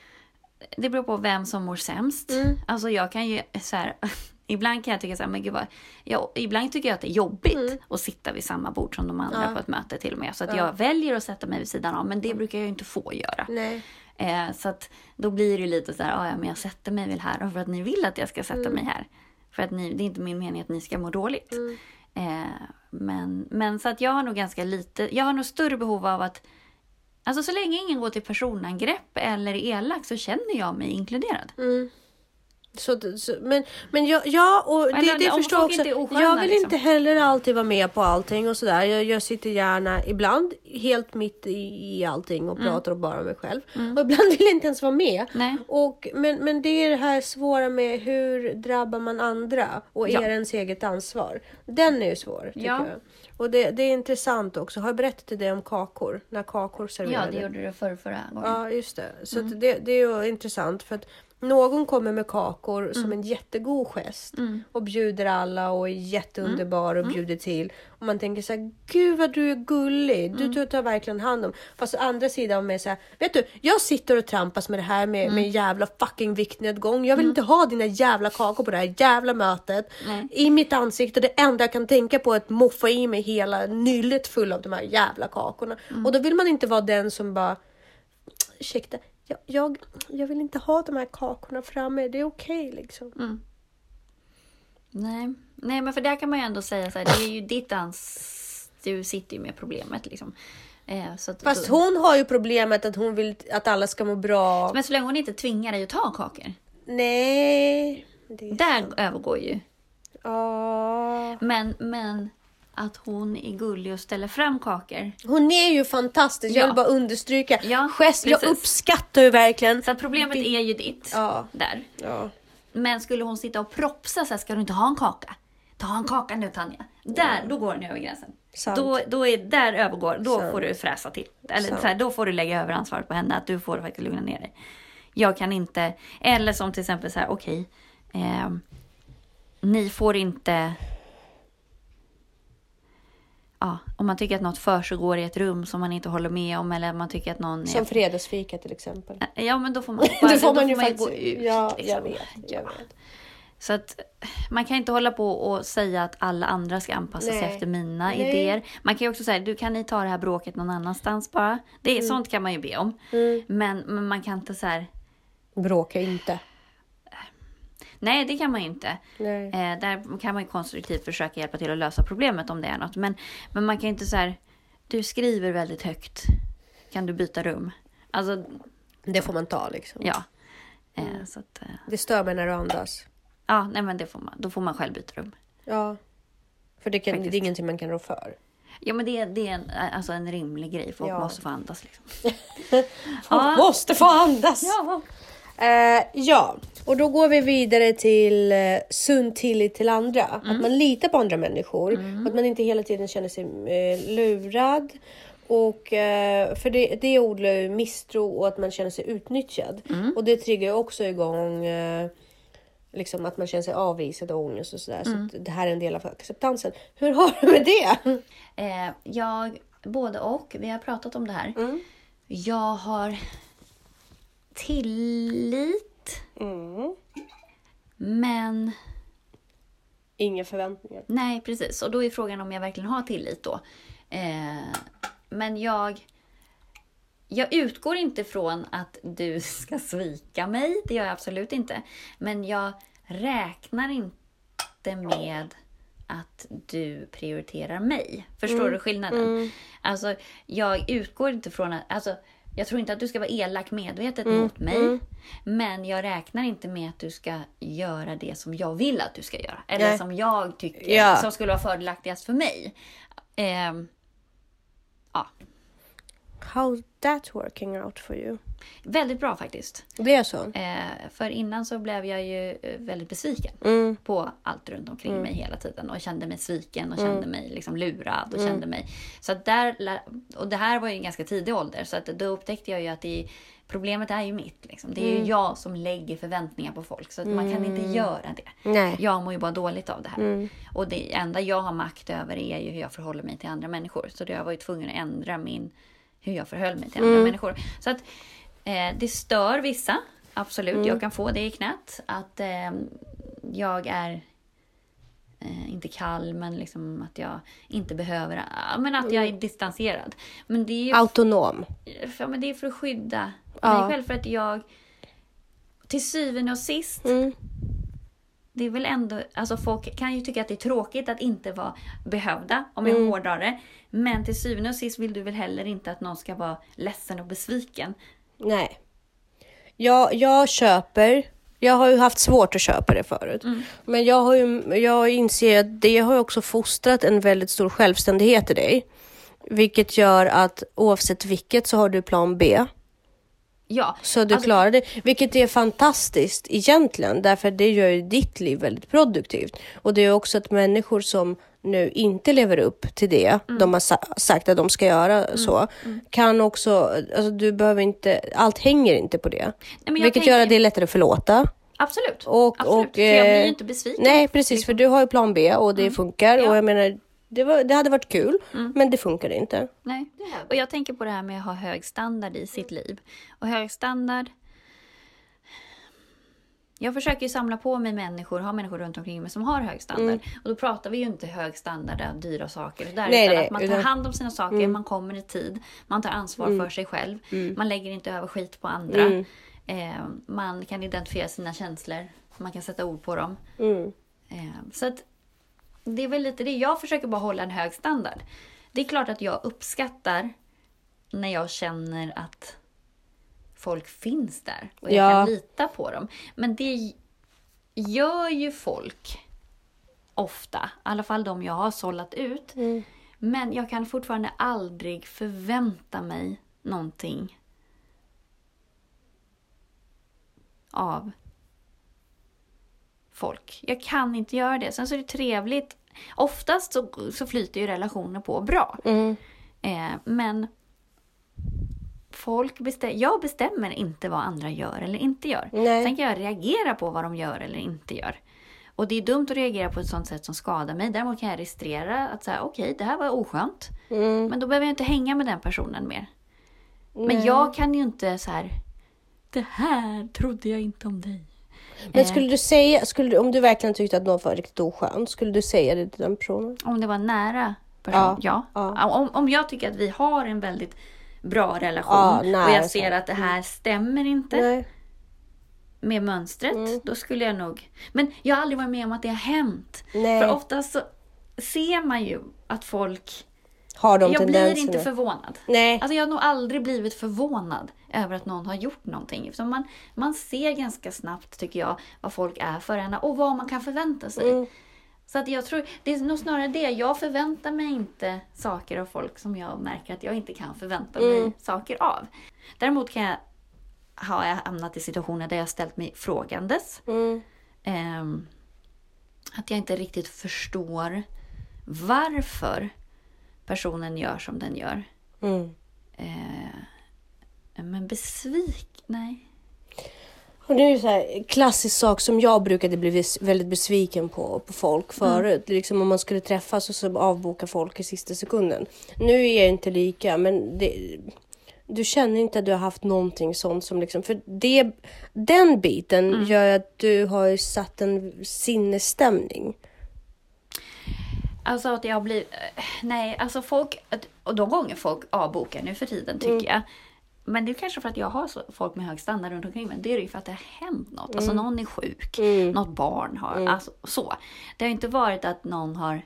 Det beror på vem som mår sämst. Mm. Alltså jag kan ju så här... Ibland kan jag tycka så här, men gud vad, jag, ibland tycker jag att det är jobbigt mm. att sitta vid samma bord som de andra ja. på ett möte till och med. Så att ja. jag väljer att sätta mig vid sidan av, men det brukar jag ju inte få göra. Nej. Eh, så att då blir det ju lite så här, ja men jag sätter mig väl här för att ni vill att jag ska sätta mm. mig här. För att ni, det är inte min mening att ni ska må dåligt. Mm. Eh, men, men så att jag har nog ganska lite, jag har nog större behov av att, alltså så länge ingen går till personangrepp eller är elak så känner jag mig inkluderad. Mm. Så, så, men men jag, ja, och det, Eller, det förstår också. Osköna, jag vill liksom. inte heller alltid vara med på allting och sådär. Jag, jag sitter gärna ibland helt mitt i, i allting och mm. pratar bara om mig själv. Mm. Och ibland vill jag inte ens vara med. Nej. Och, men, men det är det här svåra med hur drabbar man andra och ja. är ens eget ansvar. Den är ju svår tycker ja. jag. Och det, det är intressant också. Har jag berättat till dig om kakor? När kakor serverade? Ja, det gjorde du förr förra gången. Ja, just det. Så mm. att det, det är ju intressant för att någon kommer med kakor mm. som en jättegod gest mm. och bjuder alla och är jätteunderbar och bjuder till. Och man tänker så här, gud vad du är gullig. Du mm. tar verkligen hand om. Fast å andra sidan är så här, vet du, jag sitter och trampas med det här med, mm. med jävla fucking viktnedgång. Jag vill mm. inte ha dina jävla kakor på det här jävla mötet. Mm. I mitt ansikte, det enda jag kan tänka på är att moffa i mig hela nyllet full av de här jävla kakorna. Mm. Och då vill man inte vara den som bara, ursäkta, Jag, jag, jag vill inte ha de här kakorna framme. Det är okej okay, liksom. Mm. Nej. Nej, men för där kan man ju ändå säga så här, det är ju ditt ans... Du sitter ju med problemet liksom. Eh, så att, Fast då... hon har ju problemet att hon vill att alla ska må bra. Men så länge hon inte tvingar dig att ta kakor. Nej. Det där sant. Övergår ju. Ja. Men, men... att hon är gullig och ställer fram kakor. Hon är ju fantastisk. Ja. Jag vill bara understryka. Ja, Gest, jag uppskattar ju verkligen. Så att problemet Vi... är ju ditt. Ja. Där. Ja. Men skulle hon sitta och propsa så här, ska du inte ha en kaka? Ta en kaka nu, Tanja. Där, ja. Då går den över gränsen. Sant. Då, då är där övergår. Då Sant. får du fräsa till. Eller så här, då får du lägga över ansvaret på henne. Att du får faktiskt lugna ner dig. Jag kan inte. Eller som till exempel så här, okej. Okay, eh, ni får inte. Ja, om man tycker att något försiggår i ett rum som man inte håller med om, eller man tycker att någon är... Som fredagsfika till exempel. Ja, men då får man, bara, då får man, då får ju man faktiskt... gå ut. Ja, liksom. jag vet. Jag vet. Så att man kan inte hålla på och säga att alla andra ska anpassa Nej. sig efter mina Nej. idéer. Man kan ju också säga, du kan ni ta det här bråket någon annanstans bara. Det är, mm. Sånt kan man ju be om. Mm. Men, men man kan inte så här... Bråka inte. Nej, det kan man ju inte. Eh, där kan man ju konstruktivt försöka hjälpa till att lösa problemet om det är något. Men, men man kan inte så här, du skriver väldigt högt. Kan du byta rum? Alltså, det får man ta liksom. Ja. Mm. Eh, så att, eh. Det stör mig när du andas. Ja, nej men det får man. Då får man själv byta rum. Ja. För det, kan, det är ingenting man kan rå för. Ja, men det, det är en, alltså en rimlig grej. Folk ja. måste få andas liksom. Folk ja. måste få andas. Ja. Uh, ja, och då går vi vidare till uh, sund tillit till andra. Mm. Att man litar på andra människor. Mm. Att man inte hela tiden känner sig uh, lurad. Och, uh, för det, det odlar ju misstro och att man känner sig utnyttjad. Mm. Och det triggar också igång uh, liksom att man känner sig avvisad och ångest och sådär. Mm. Så det här är en del av acceptansen. Hur har du med det? Uh, jag, både och. Vi har pratat om det här. Mm. Jag har... tillit. Mm. Men... inga förväntningar. Nej, precis. Och då är frågan om jag verkligen har tillit då. Eh, men jag... Jag utgår inte från att du ska svika mig. Det gör jag absolut inte. Men jag räknar inte med att du prioriterar mig. Förstår mm. du skillnaden? Mm. Alltså, jag utgår inte från att... Alltså, Jag tror inte att du ska vara elak medvetet Mm. mot mig. Mm. Men jag räknar inte med att du ska göra det som jag vill att du ska göra. Eller Nej. som jag tycker Ja. som skulle vara fördelaktigast för mig. Eh, ja, How's that working out for you? väldigt bra faktiskt. Det är så? Eh, för innan så blev jag ju eh, väldigt besviken Mm. på allt runt omkring Mm. mig hela tiden. Och kände mig sviken och Mm. kände mig liksom lurad. Och Mm. kände mig... Så att där, lä- och det här var ju en ganska tidig ålder. Så att då upptäckte jag ju att det, problemet är ju mitt. Liksom. Det är ju Mm. jag som lägger förväntningar på folk. Så att man kan inte Mm. göra det. Nej. Jag mår ju bara dåligt av det här. Mm. Och det enda jag har makt över är ju hur jag förhåller mig till andra människor. Så jag var ju tvungen att ändra min, hur jag förhöll mig till andra Mm. människor. Så att eh, det stör vissa. Absolut, Mm. jag kan få det i knät. Att eh, jag är eh, inte kall, men liksom att jag inte behöver... Ja, men att jag är distanserad. Men det är ju Autonom. för, men det är för att skydda Ja. mig själv. För att jag till syvende och sist... Mm. Det är väl ändå, alltså folk kan ju tycka att det är tråkigt att inte vara behövda, om jag Mm. hårdrar det. Men till syvende och sist vill du väl heller inte att någon ska vara ledsen och besviken. Nej. Jag, jag köper... Jag har ju haft svårt att köpa det förut. Mm. Men jag har ju, jag inser att det har ju också fostrat en väldigt stor självständighet i dig. Vilket gör att oavsett vilket så har du plan B. Ja, Så du alltså- klarar det. Vilket är fantastiskt egentligen. Därför det gör ju ditt liv väldigt produktivt. Och det är också att människor som nu inte lever upp till det. Mm. De har sa- sagt att de ska göra så. Kan också, alltså du behöver inte, allt hänger inte på det. Nej, men jag Vilket tänker- gör att det är lättare att förlåta. Absolut. Och, Absolut. och, För jag blir eh, ju inte besviken. Nej, precis. För du har ju plan B och det funkar. Ja. Och jag menar, det, var, det hade varit kul. Mm. Men det funkar inte. Nej. Och jag tänker på det här med att ha hög standard i sitt liv. Och hög standard... Jag försöker ju samla på mig människor, ha människor runt omkring mig som har hög standard. Mm. Och då pratar vi ju inte hög standard av dyra saker. Där, Nej, utan nej, att man tar utan- hand om sina saker, man kommer i tid, man tar ansvar Mm. för sig själv. Mm. Man lägger inte över skit på andra. Mm. Eh, man kan identifiera sina känslor. Man kan sätta ord på dem. Mm. Eh, så att det är väl lite det. Jag försöker bara hålla en hög standard. Det är klart att jag uppskattar när jag känner att folk finns där. Och jag Ja. kan lita på dem. Men det gör ju folk ofta. I alla fall de jag har sållat ut. Mm. Men jag kan fortfarande aldrig förvänta mig någonting av folk. Jag kan inte göra det. Sen så är det trevligt. Oftast så, så flyter ju relationer på bra. Mm. Eh, men folk bestäm- jag bestämmer inte vad andra gör eller inte gör. Nej. Sen kan jag reagera på vad de gör eller inte gör. Och det är dumt att reagera på ett sånt sätt som skadar mig. Däremot kan jag registrera att säga, okej, det här var oskönt. Mm. Men då behöver jag inte hänga med den personen mer. Men Nej. jag kan ju inte så här, det här trodde jag inte om dig. Men Eh, skulle du säga, skulle du, om du verkligen tyckte att någon var riktigt oskön, skulle du säga det till den personen? Om det var nära person, Ja, ja. ja. Om, om jag tycker att vi har en väldigt bra relation Ja, och nära jag ser så. att det här stämmer inte Nej. med mönstret, Mm. då skulle jag nog... Men jag har aldrig varit med om att det har hänt. Nej. För oftast så ser man ju att folk... Har de jag blir tendenserna? inte förvånad. Nej. Alltså jag har nog aldrig blivit förvånad över att någon har gjort någonting. Så man, man ser ganska snabbt, tycker jag, vad folk är för en och vad man kan förvänta sig. Mm. Så att jag tror, det är nog snarare det. Jag förväntar mig inte saker av folk som jag märker att jag inte kan förvänta mig Mm. saker av. Däremot kan jag, har jag hamnat i situationer där jag ställt mig frågandes. Mm. Ehm, att jag inte riktigt förstår varför personen gör som den gör. Mm. Eh, men besvik, nej. Och det är ju så här klassisk sak som jag brukade bli vis- väldigt besviken på, på folk förut. Liksom om man skulle träffas och så avboka folk i sista sekunden. Nu är jag inte lika, men det, du känner inte att du har haft någonting sånt som liksom, för det, den biten gör att du har satt en sinnesstämning. Alltså att jag blir... eh, Nej, alltså folk... Och de gånger folk avbokar nu för tiden, tycker Mm. jag. Men det är kanske för att jag har så, folk med hög standard runt omkring mig. Det är ju för att det har hänt något. Alltså någon är sjuk. Mm. Något barn har... Alltså så. Det har inte varit att någon har...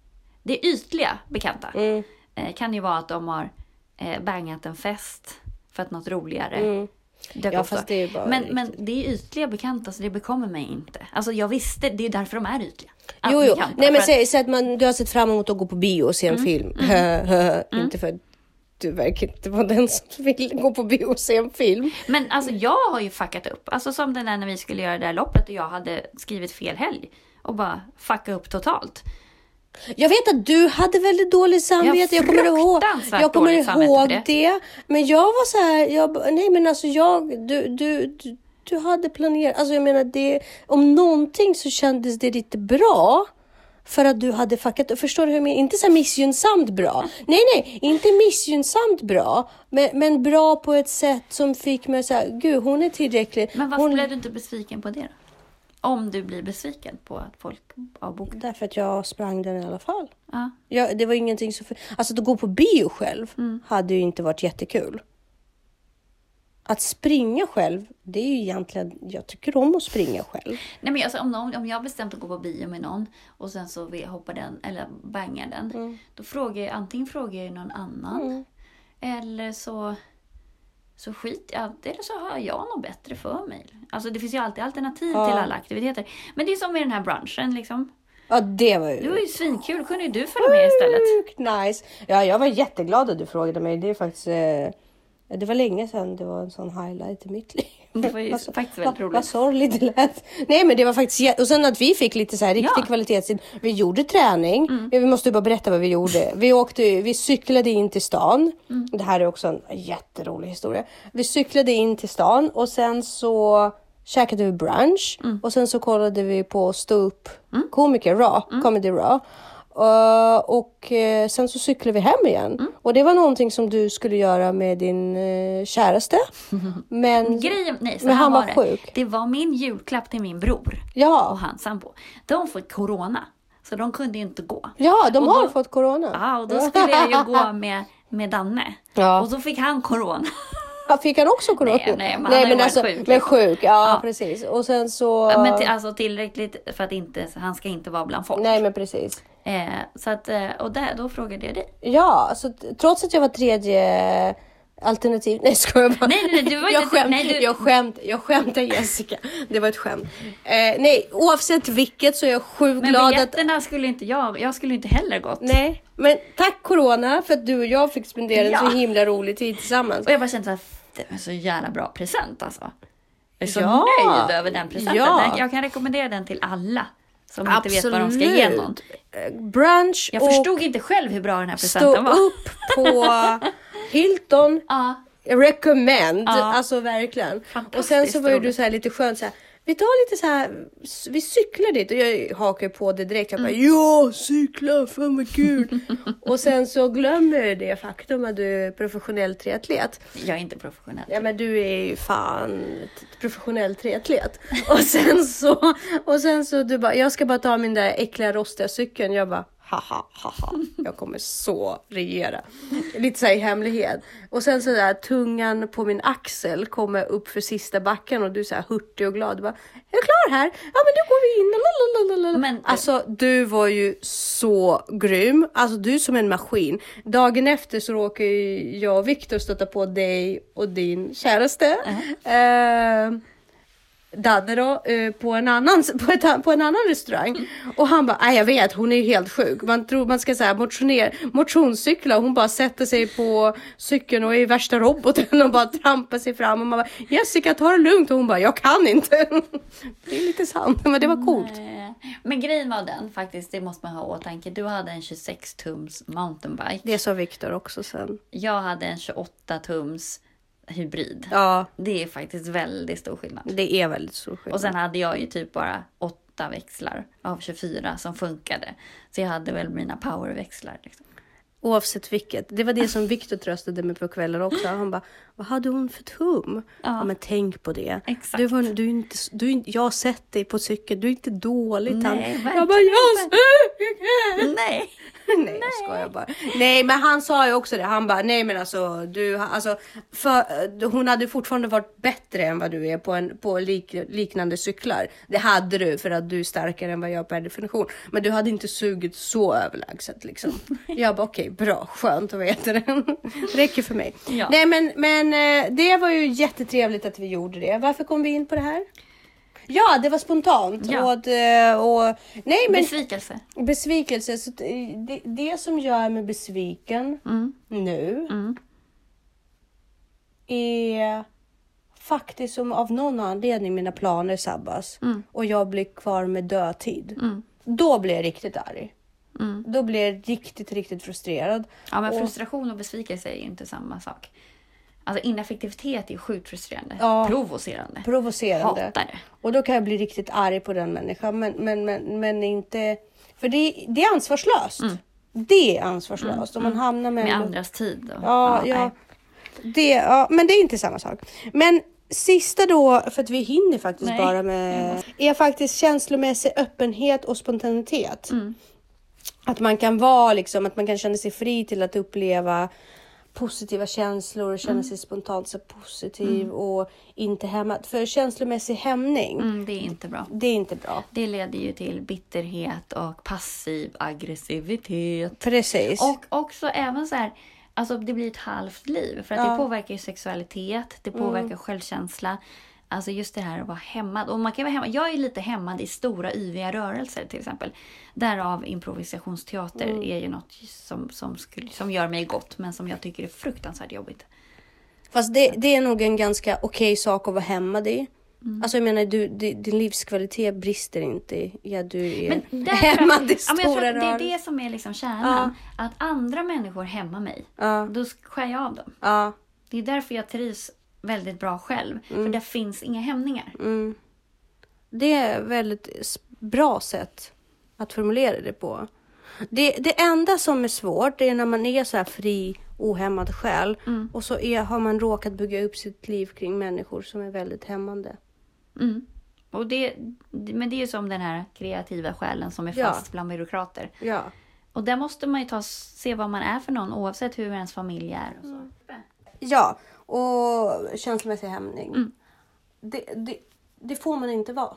Det är ytliga bekanta. Mm. Eh, kan ju vara att de har eh, bangat en fest för för att något roligare Mm. dök Ja, upp fast då. det är bara men, riktigt. men det är ytliga bekanta, så det bekommer mig inte. Alltså jag visste, det är därför de är ytliga. Att Jo, jo. bekanta, Nej, men för att- säg, säg att man, du har sett fram emot att gå på bio och se en film. Mm. Inte för att du verkar inte vara den som vill gå på bio och se en film. Men alltså jag har ju fuckat upp. Alltså som den där när vi skulle göra det där loppet och jag hade skrivit fel helg. Och bara fucka upp totalt. Jag vet att du hade väldigt dåligt samvete. Jag kommer ihåg, fruktansvärt jag kommer dåligt samvete ihåg för det. det. Men jag var så här, jag, ba- nej men alltså jag, du, du, du, du hade planerat, alltså jag menar det, om någonting så kändes det lite bra. För att du hade fuckat, förstår du hur jag menar? Inte så här missgynnsamt bra. Nej, nej, inte missgynnsamt bra. Men, men bra på ett sätt som fick mig så här, gud hon är tillräcklig. Men varför hon... blev du inte besviken på det då? Om du blir besviken på att folk avbokar. Därför att jag sprang den i alla fall. Ja. Jag, det var ingenting så... För... Alltså att gå på bio själv Mm. hade ju inte varit jättekul. Att springa själv, det är ju egentligen... Jag tycker om att springa själv. Nej, men alltså, om, någon, om jag har bestämt att gå på bio med någon och sen så vill jag hoppa den eller bangar den. Mm. Då frågar jag, antingen frågar jag någon annan. Mm. Eller så, så skit jag det. Eller så har jag något bättre för mig. Alltså det finns ju alltid alternativ Ja. till alla aktiviteter. Men det är som med den här brunchen liksom. Ja, det var ju... Det var ju svinkul. Kunde ju du följa med istället? Sjukt nice. Ja, jag var jätteglad att du frågade mig. Det är faktiskt... Eh... Det var länge sedan det var en sån highlight i mitt liv. Det var ju Alltså, faktiskt väldigt vad, roligt. Vad sorgligt det lät. Nej, men det var faktiskt jä- och sen att vi fick lite så här riktig Ja. kvalitetstid. Vi gjorde träning. Mm. Vi måste ju bara berätta vad vi gjorde. Vi åkte, vi cyklade in till stan. Mm. Det här är också en jätterolig historia. Vi cyklade in till stan och sen så käkade vi brunch Mm. och sen så kollade vi på stå upp komiker Raw, Mm. Comedy Raw. Uh, och uh, sen så cyklade vi hem igen. Mm. Och det var någonting som du skulle göra med din uh, käraste. Men, Grejen, nej, så men här han var det. sjuk. Det var min julklapp till min bror och Ja, hans sambo. De fick corona. Så de kunde ju inte gå. ja de Och har då- fått corona. Ja, och då skulle jag ju gå med, med Danne. Ja. Och så fick han corona. Ja, fick han också corona? Nej, nej, men han har ju men varit alltså, sjuk, men liksom. sjuk, ja, Ja. precis. Och sen så... Men till, alltså tillräckligt för att inte, han ska inte vara bland folk. Nej, men precis. Eh, så att, eh, och där, då frågade jag dig. Ja, alltså, t- trots att jag var tredje alternativ... Nej, ska jag bara... Nej, nej, nej, du var jag, inte... skämt, nej, du, jag, skämt, jag skämtar Jessica. Det var ett skämt. Eh, nej, oavsett vilket så är jag sjukt men glad att... biljetterna skulle inte jag, jag skulle inte heller gått. Nej, men tack corona för att du och jag fick spendera en Ja. så himla rolig tid tillsammans. Och jag bara kände så här, det var en så jävla bra present alltså. Jag är så Ja. nöjd över den presenten. Ja. Den, jag kan rekommendera den till alla som inte vet vad de ska Absolut. ge någon. Eh, Brunch Jag och förstod inte själv hur bra den här stå presenten var. upp på Hilton. Ja, Recommend, Ja. alltså verkligen. Fantastiskt Och sen så var ju du roligt. så här lite skönt så här. Vi tar lite så här, vi cyklar dit och jag hakar på det direkt. Jag bara, Mm. ja cykla, fan vad kul. Och sen så glömmer jag det faktum att du är professionell triatlet. jag är inte professionell. Ja men du är ju fan ett professionell triatlet. Och sen så, och sen så du bara, jag ska bara ta min där äckliga rostiga cykeln. Jag bara, haha, haha, jag kommer så regera. Lite så här i hemlighet. Och sen så där tungan på min axel kommer upp för sista backen och du är så här hurtig och glad. Du bara, är du klar här? Ja men då går vi in. Lalalala. Men- Alltså du var ju så grym. Alltså du är som en maskin. Dagen efter så råkar ju jag och Viktor stöta på dig och din käraste. Uh-huh. Uh, Dadde då, eh, på, en annan, på, ett, på en annan restaurang. Och han bara, nej jag vet, hon är ju helt sjuk. Man tror man ska säga motionera, motionscykla. Och hon bara sätter sig på cykeln och är värsta roboten och bara trampar sig fram. Och man bara, Jessica ta det lugnt. Och hon bara, jag kan inte. Det är lite sant, men det var coolt. Eh, Men grejen var den faktiskt, det måste man ha i åtanke. Du hade en tjugosex tums mountainbike. Det sa Viktor också sen. Jag hade en tjugoåtta tums hybrid. Ja, Det är faktiskt väldigt stor skillnad. det är väldigt stor skillnad. Och sen hade jag ju typ bara åtta växlar av tjugofyra som funkade. Så jag hade väl mina powerväxlar. Liksom. Oavsett vilket. Det var det som Viktor tröstade mig på kvällen också. Han bara, vad hade hon för tum? Ja, Ja. men tänk på det. Exakt. Du var, du är inte, du är inte, jag har sett dig på cykeln. Du är inte dålig. Nej, tant. verkligen Jag bara, jag inte. suger! Nej. nej, jag skojar bara. Nej, men han sa ju också det. Han bara, nej men alltså, du, alltså för, hon hade fortfarande varit bättre än vad du är på, en, på lik, liknande cyklar. Det hade du för att du är starkare än vad jag per definition. Men du hade inte sugit så överlägset liksom. Jag bara, okej, okay, bra, skönt att veta det. Räcker för mig. Ja. Nej, men, men det var ju jättetrevligt att vi gjorde det. Varför kom vi in på det här? Ja, det var spontant. Ja. Och, och, nej, men, besvikelse. Besvikelse. Så det, det som gör mig besviken mm. nu mm. är faktiskt som av någon anledning mina planer sabbas. Mm. Och jag blir kvar med dödtid. Mm. Då blir jag riktigt arg. Mm. Då blir jag riktigt, riktigt frustrerad. Ja, men frustration och besvikelse är ju inte samma sak. Alltså ineffektivitet är sjukt frustrerande. Ja, provocerande. Provocerande. Hatar det. Och då kan jag bli riktigt arg på den människan. Men, men, men, men inte... För det, det är ansvarslöst. Mm. Det är ansvarslöst. Mm. Om man hamnar med... Med andras tid. Och, ja, ja, ja. Det, ja. Men det är inte samma sak. Men sista då, för att vi hinner faktiskt nej. bara med... Mm. Är faktiskt känslomässig öppenhet och spontanitet. Mm. Att man kan vara liksom... Att man kan känna sig fri till att uppleva... positiva känslor och känna mm. sig spontant så positiv mm. och inte hämmad. För känslomässig hämning. Mm, det är inte bra. Det är inte bra. Det leder ju till bitterhet och passiv aggressivitet. Precis. Och också även så här, alltså det blir ett halvt liv. För att ja. det påverkar ju sexualitet, det påverkar mm. självkänsla. Alltså just det här att vara hämmad. Och man kan vara hämmad. Jag är lite hämmad i stora yviga rörelser till exempel. Därav improvisationsteater mm. är ju något som, som, skulle, som gör mig gott. Men som jag tycker är fruktansvärt jobbigt. Fast det, det är nog en ganska okej sak att vara hämmad i. Mm. Alltså jag menar, du, din livskvalitet brister inte i att du är men hämmad i stora ja, men jag tror att det är det som är liksom kärnan. Ja. Att andra människor hämmar mig. Ja. Då skär jag av dem. Ja. Det är därför jag trivs väldigt bra själv. Mm. För där finns inga hämningar. Mm. Det är väldigt bra sätt att formulera det på. Det, det enda som är svårt är när man är så här fri, ohämmad själv. Mm. Och så är, har man råkat bygga upp sitt liv kring människor som är väldigt hämmande. Mm. Och det, men det är ju som den här kreativa själen som är fast ja. bland byråkrater. Ja. Och där måste man ju ta, se vad man är för någon oavsett hur ens familj är. Och så. Mm. Ja, och känslomässig hämning. Mm. Det, det, det får man inte vara.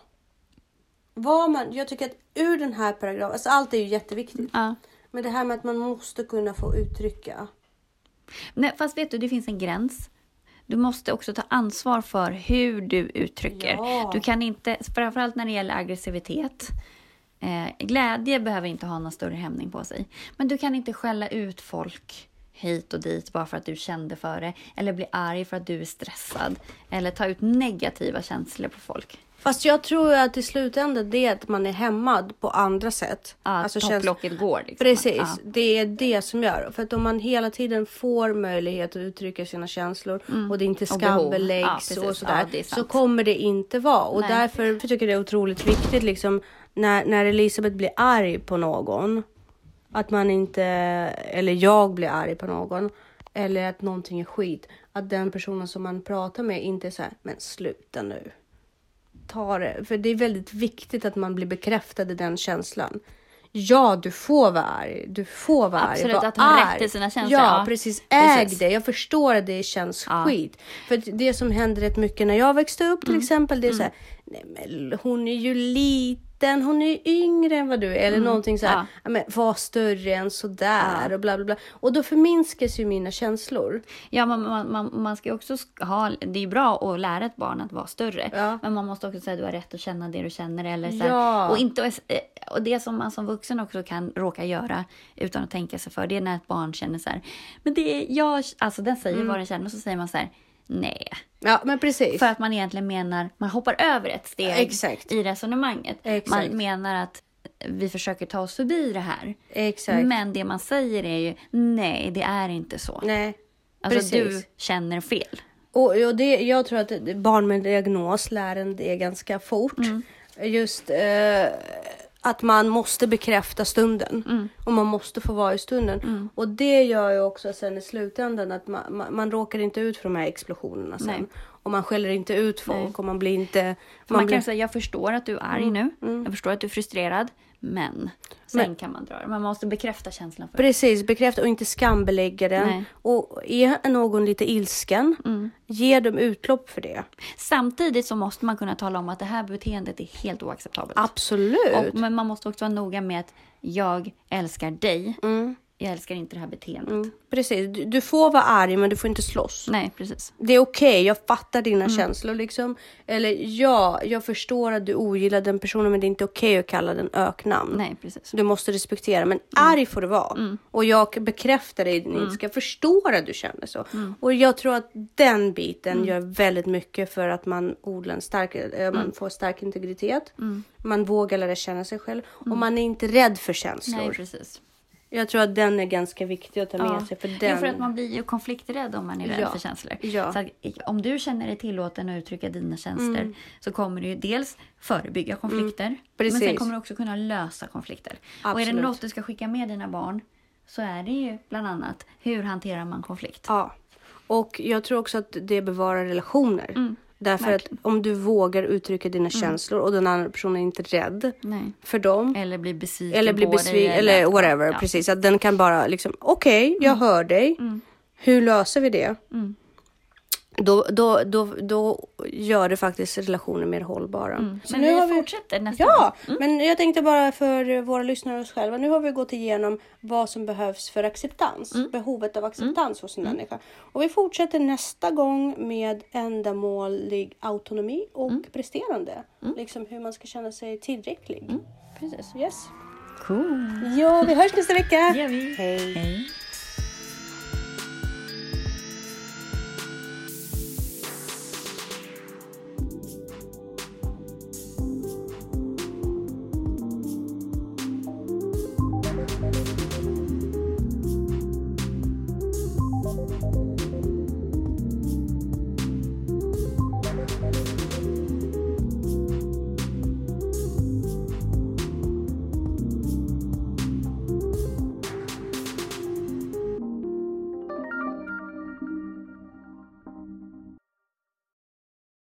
Var man, jag tycker att ur den här paragrafen, alltså allt är ju jätteviktigt. Ja. Men det här med att man måste kunna få uttrycka. Nej, fast vet du, det finns en gräns. Du måste också ta ansvar för hur du uttrycker. Ja. Du kan inte, framförallt när det gäller aggressivitet. Eh, glädje behöver inte ha någon större hämning på sig. Men du kan inte skälla ut folk hit och dit bara för att du kände för det. Eller bli arg för att du är stressad. Eller ta ut negativa känslor på folk. Fast jag tror att i slutändan det är att man är hämmad på andra sätt. Ja, alltså topplocket käns- går. Liksom. Precis, ja. Det är det som gör. För att om man hela tiden får möjlighet att uttrycka sina känslor mm. och det inte skambeläggs och, ja, och sådär. Ja, så kommer det inte vara. Och Nej. därför tycker jag det är otroligt viktigt liksom, när, när Elisabeth blir arg på någon. Att man inte, eller jag blir arg på någon. Eller att någonting är skit. Att den personen som man pratar med inte är så här, men sluta nu. Ta det. För det är väldigt viktigt att man blir bekräftad i den känslan. Ja, du får vara arg. Du får vara Absolut, arg. Absolut, att ha rätt till sina känslor. Ja, ja. precis. Äg precis. det. Jag förstår att det känns ja. skit. För det som hände rätt mycket när jag växte upp till mm. exempel. Det är mm. så här, nej men hon är ju liten. Hon är ju yngre än vad du är. Eller mm. någonting så här, ja. men var större än sådär. Ja. Och bla bla bla. Och då förminskas ju mina känslor. Ja, man, man, man, man ska ju också ha, det är ju bra att lära ett barn att vara större. Ja. Men man måste också säga att du har rätt att känna det du känner. Eller så här, ja. och, inte, och det som man som vuxen också kan råka göra utan att tänka sig för. Det är när ett barn känner så här. Men det är jag, alltså den säger mm. vad den känner och så säger man så här. Nej. Ja, men precis. För att man egentligen menar, man hoppar över ett steg Exakt. i resonemanget. Exakt. Man menar att vi försöker ta oss förbi det här. Exakt. Men det man säger är ju, nej, det är inte så. Nej, alltså precis. Du känner fel. Och, och det, jag tror att barn med diagnos lär en det ganska fort. Mm. Just eh, att man måste bekräfta stunden. Mm. Och man måste få vara i stunden. Mm. Och det gör ju också sen i slutändan att man, man, man råkar inte ut för de här explosionerna sen. Nej. Och man skäller inte ut folk. Nej. Och man blir inte... Man, man blir... kan säga, jag förstår att du är arg mm. nu. Mm. Jag förstår att du är frustrerad. Men sen men, kan man dra det. Man måste bekräfta känslan. För precis, bekräfta och inte skambelägga den. Nej. Och är någon lite ilsken, mm. ge dem utlopp för det. Samtidigt så måste man kunna tala om att det här beteendet är helt oacceptabelt. Absolut. Och, men man måste också vara noga med att jag älskar dig. Mm. Jag älskar inte det här beteendet. Mm, precis. Du, du får vara arg men du får inte slåss. Nej, precis. Det är okej. Okay. Jag fattar dina mm. känslor liksom. Eller ja, jag förstår att du ogillar den personen men det är inte okej okay att kalla den öknamn. Nej, precis. Du måste respektera. Men mm. arg får du vara. Mm. Och jag bekräftar dig. Ni mm. ska förstå att du känner så. Mm. Och jag tror att den biten mm. gör väldigt mycket för att man odlar en stark, äh, man mm. får stark integritet. Mm. Man vågar lära känna sig själv. Mm. Och man är inte rädd för känslor. Nej, precis. Jag tror att den är ganska viktig att ta med ja. sig. För den... Jo, för att man blir ju konflikträdd om man är rädd ja. för känslor. Ja. Så att, om du känner dig tillåten att uttrycka dina känslor mm. så kommer du ju dels förebygga konflikter. Mm. Men sen kommer du också kunna lösa konflikter. Absolut. Och är det något du ska skicka med dina barn så är det ju bland annat hur hanterar man konflikt. Ja, och jag tror också att det bevarar relationer. Mm. Därför verkligen. Att om du vågar uttrycka dina mm. känslor och den andra personen är inte rädd Nej. för dem. Eller blir besviken eller blir besviken, dig. Eller, eller whatever. Ja. Precis, att den kan bara liksom, okej, okay, jag mm. hör dig. Mm. Hur löser vi det? Mm. Då, då, då, då gör det faktiskt relationer mer hållbara. Mm. Men nu vi har vi... fortsätter nästa Ja, mm. men jag tänkte bara för våra lyssnare och oss själva. Nu har vi gått igenom vad som behövs för acceptans. Mm. Behovet av acceptans mm. hos en mm. människa. Och vi fortsätter nästa gång med ändamålig autonomi och mm. presterande. Mm. Liksom hur man ska känna sig tillräcklig. Mm. Precis. Yes. Cool. Ja, vi hörs nästa vecka. Det gör vi. Hej. Hej.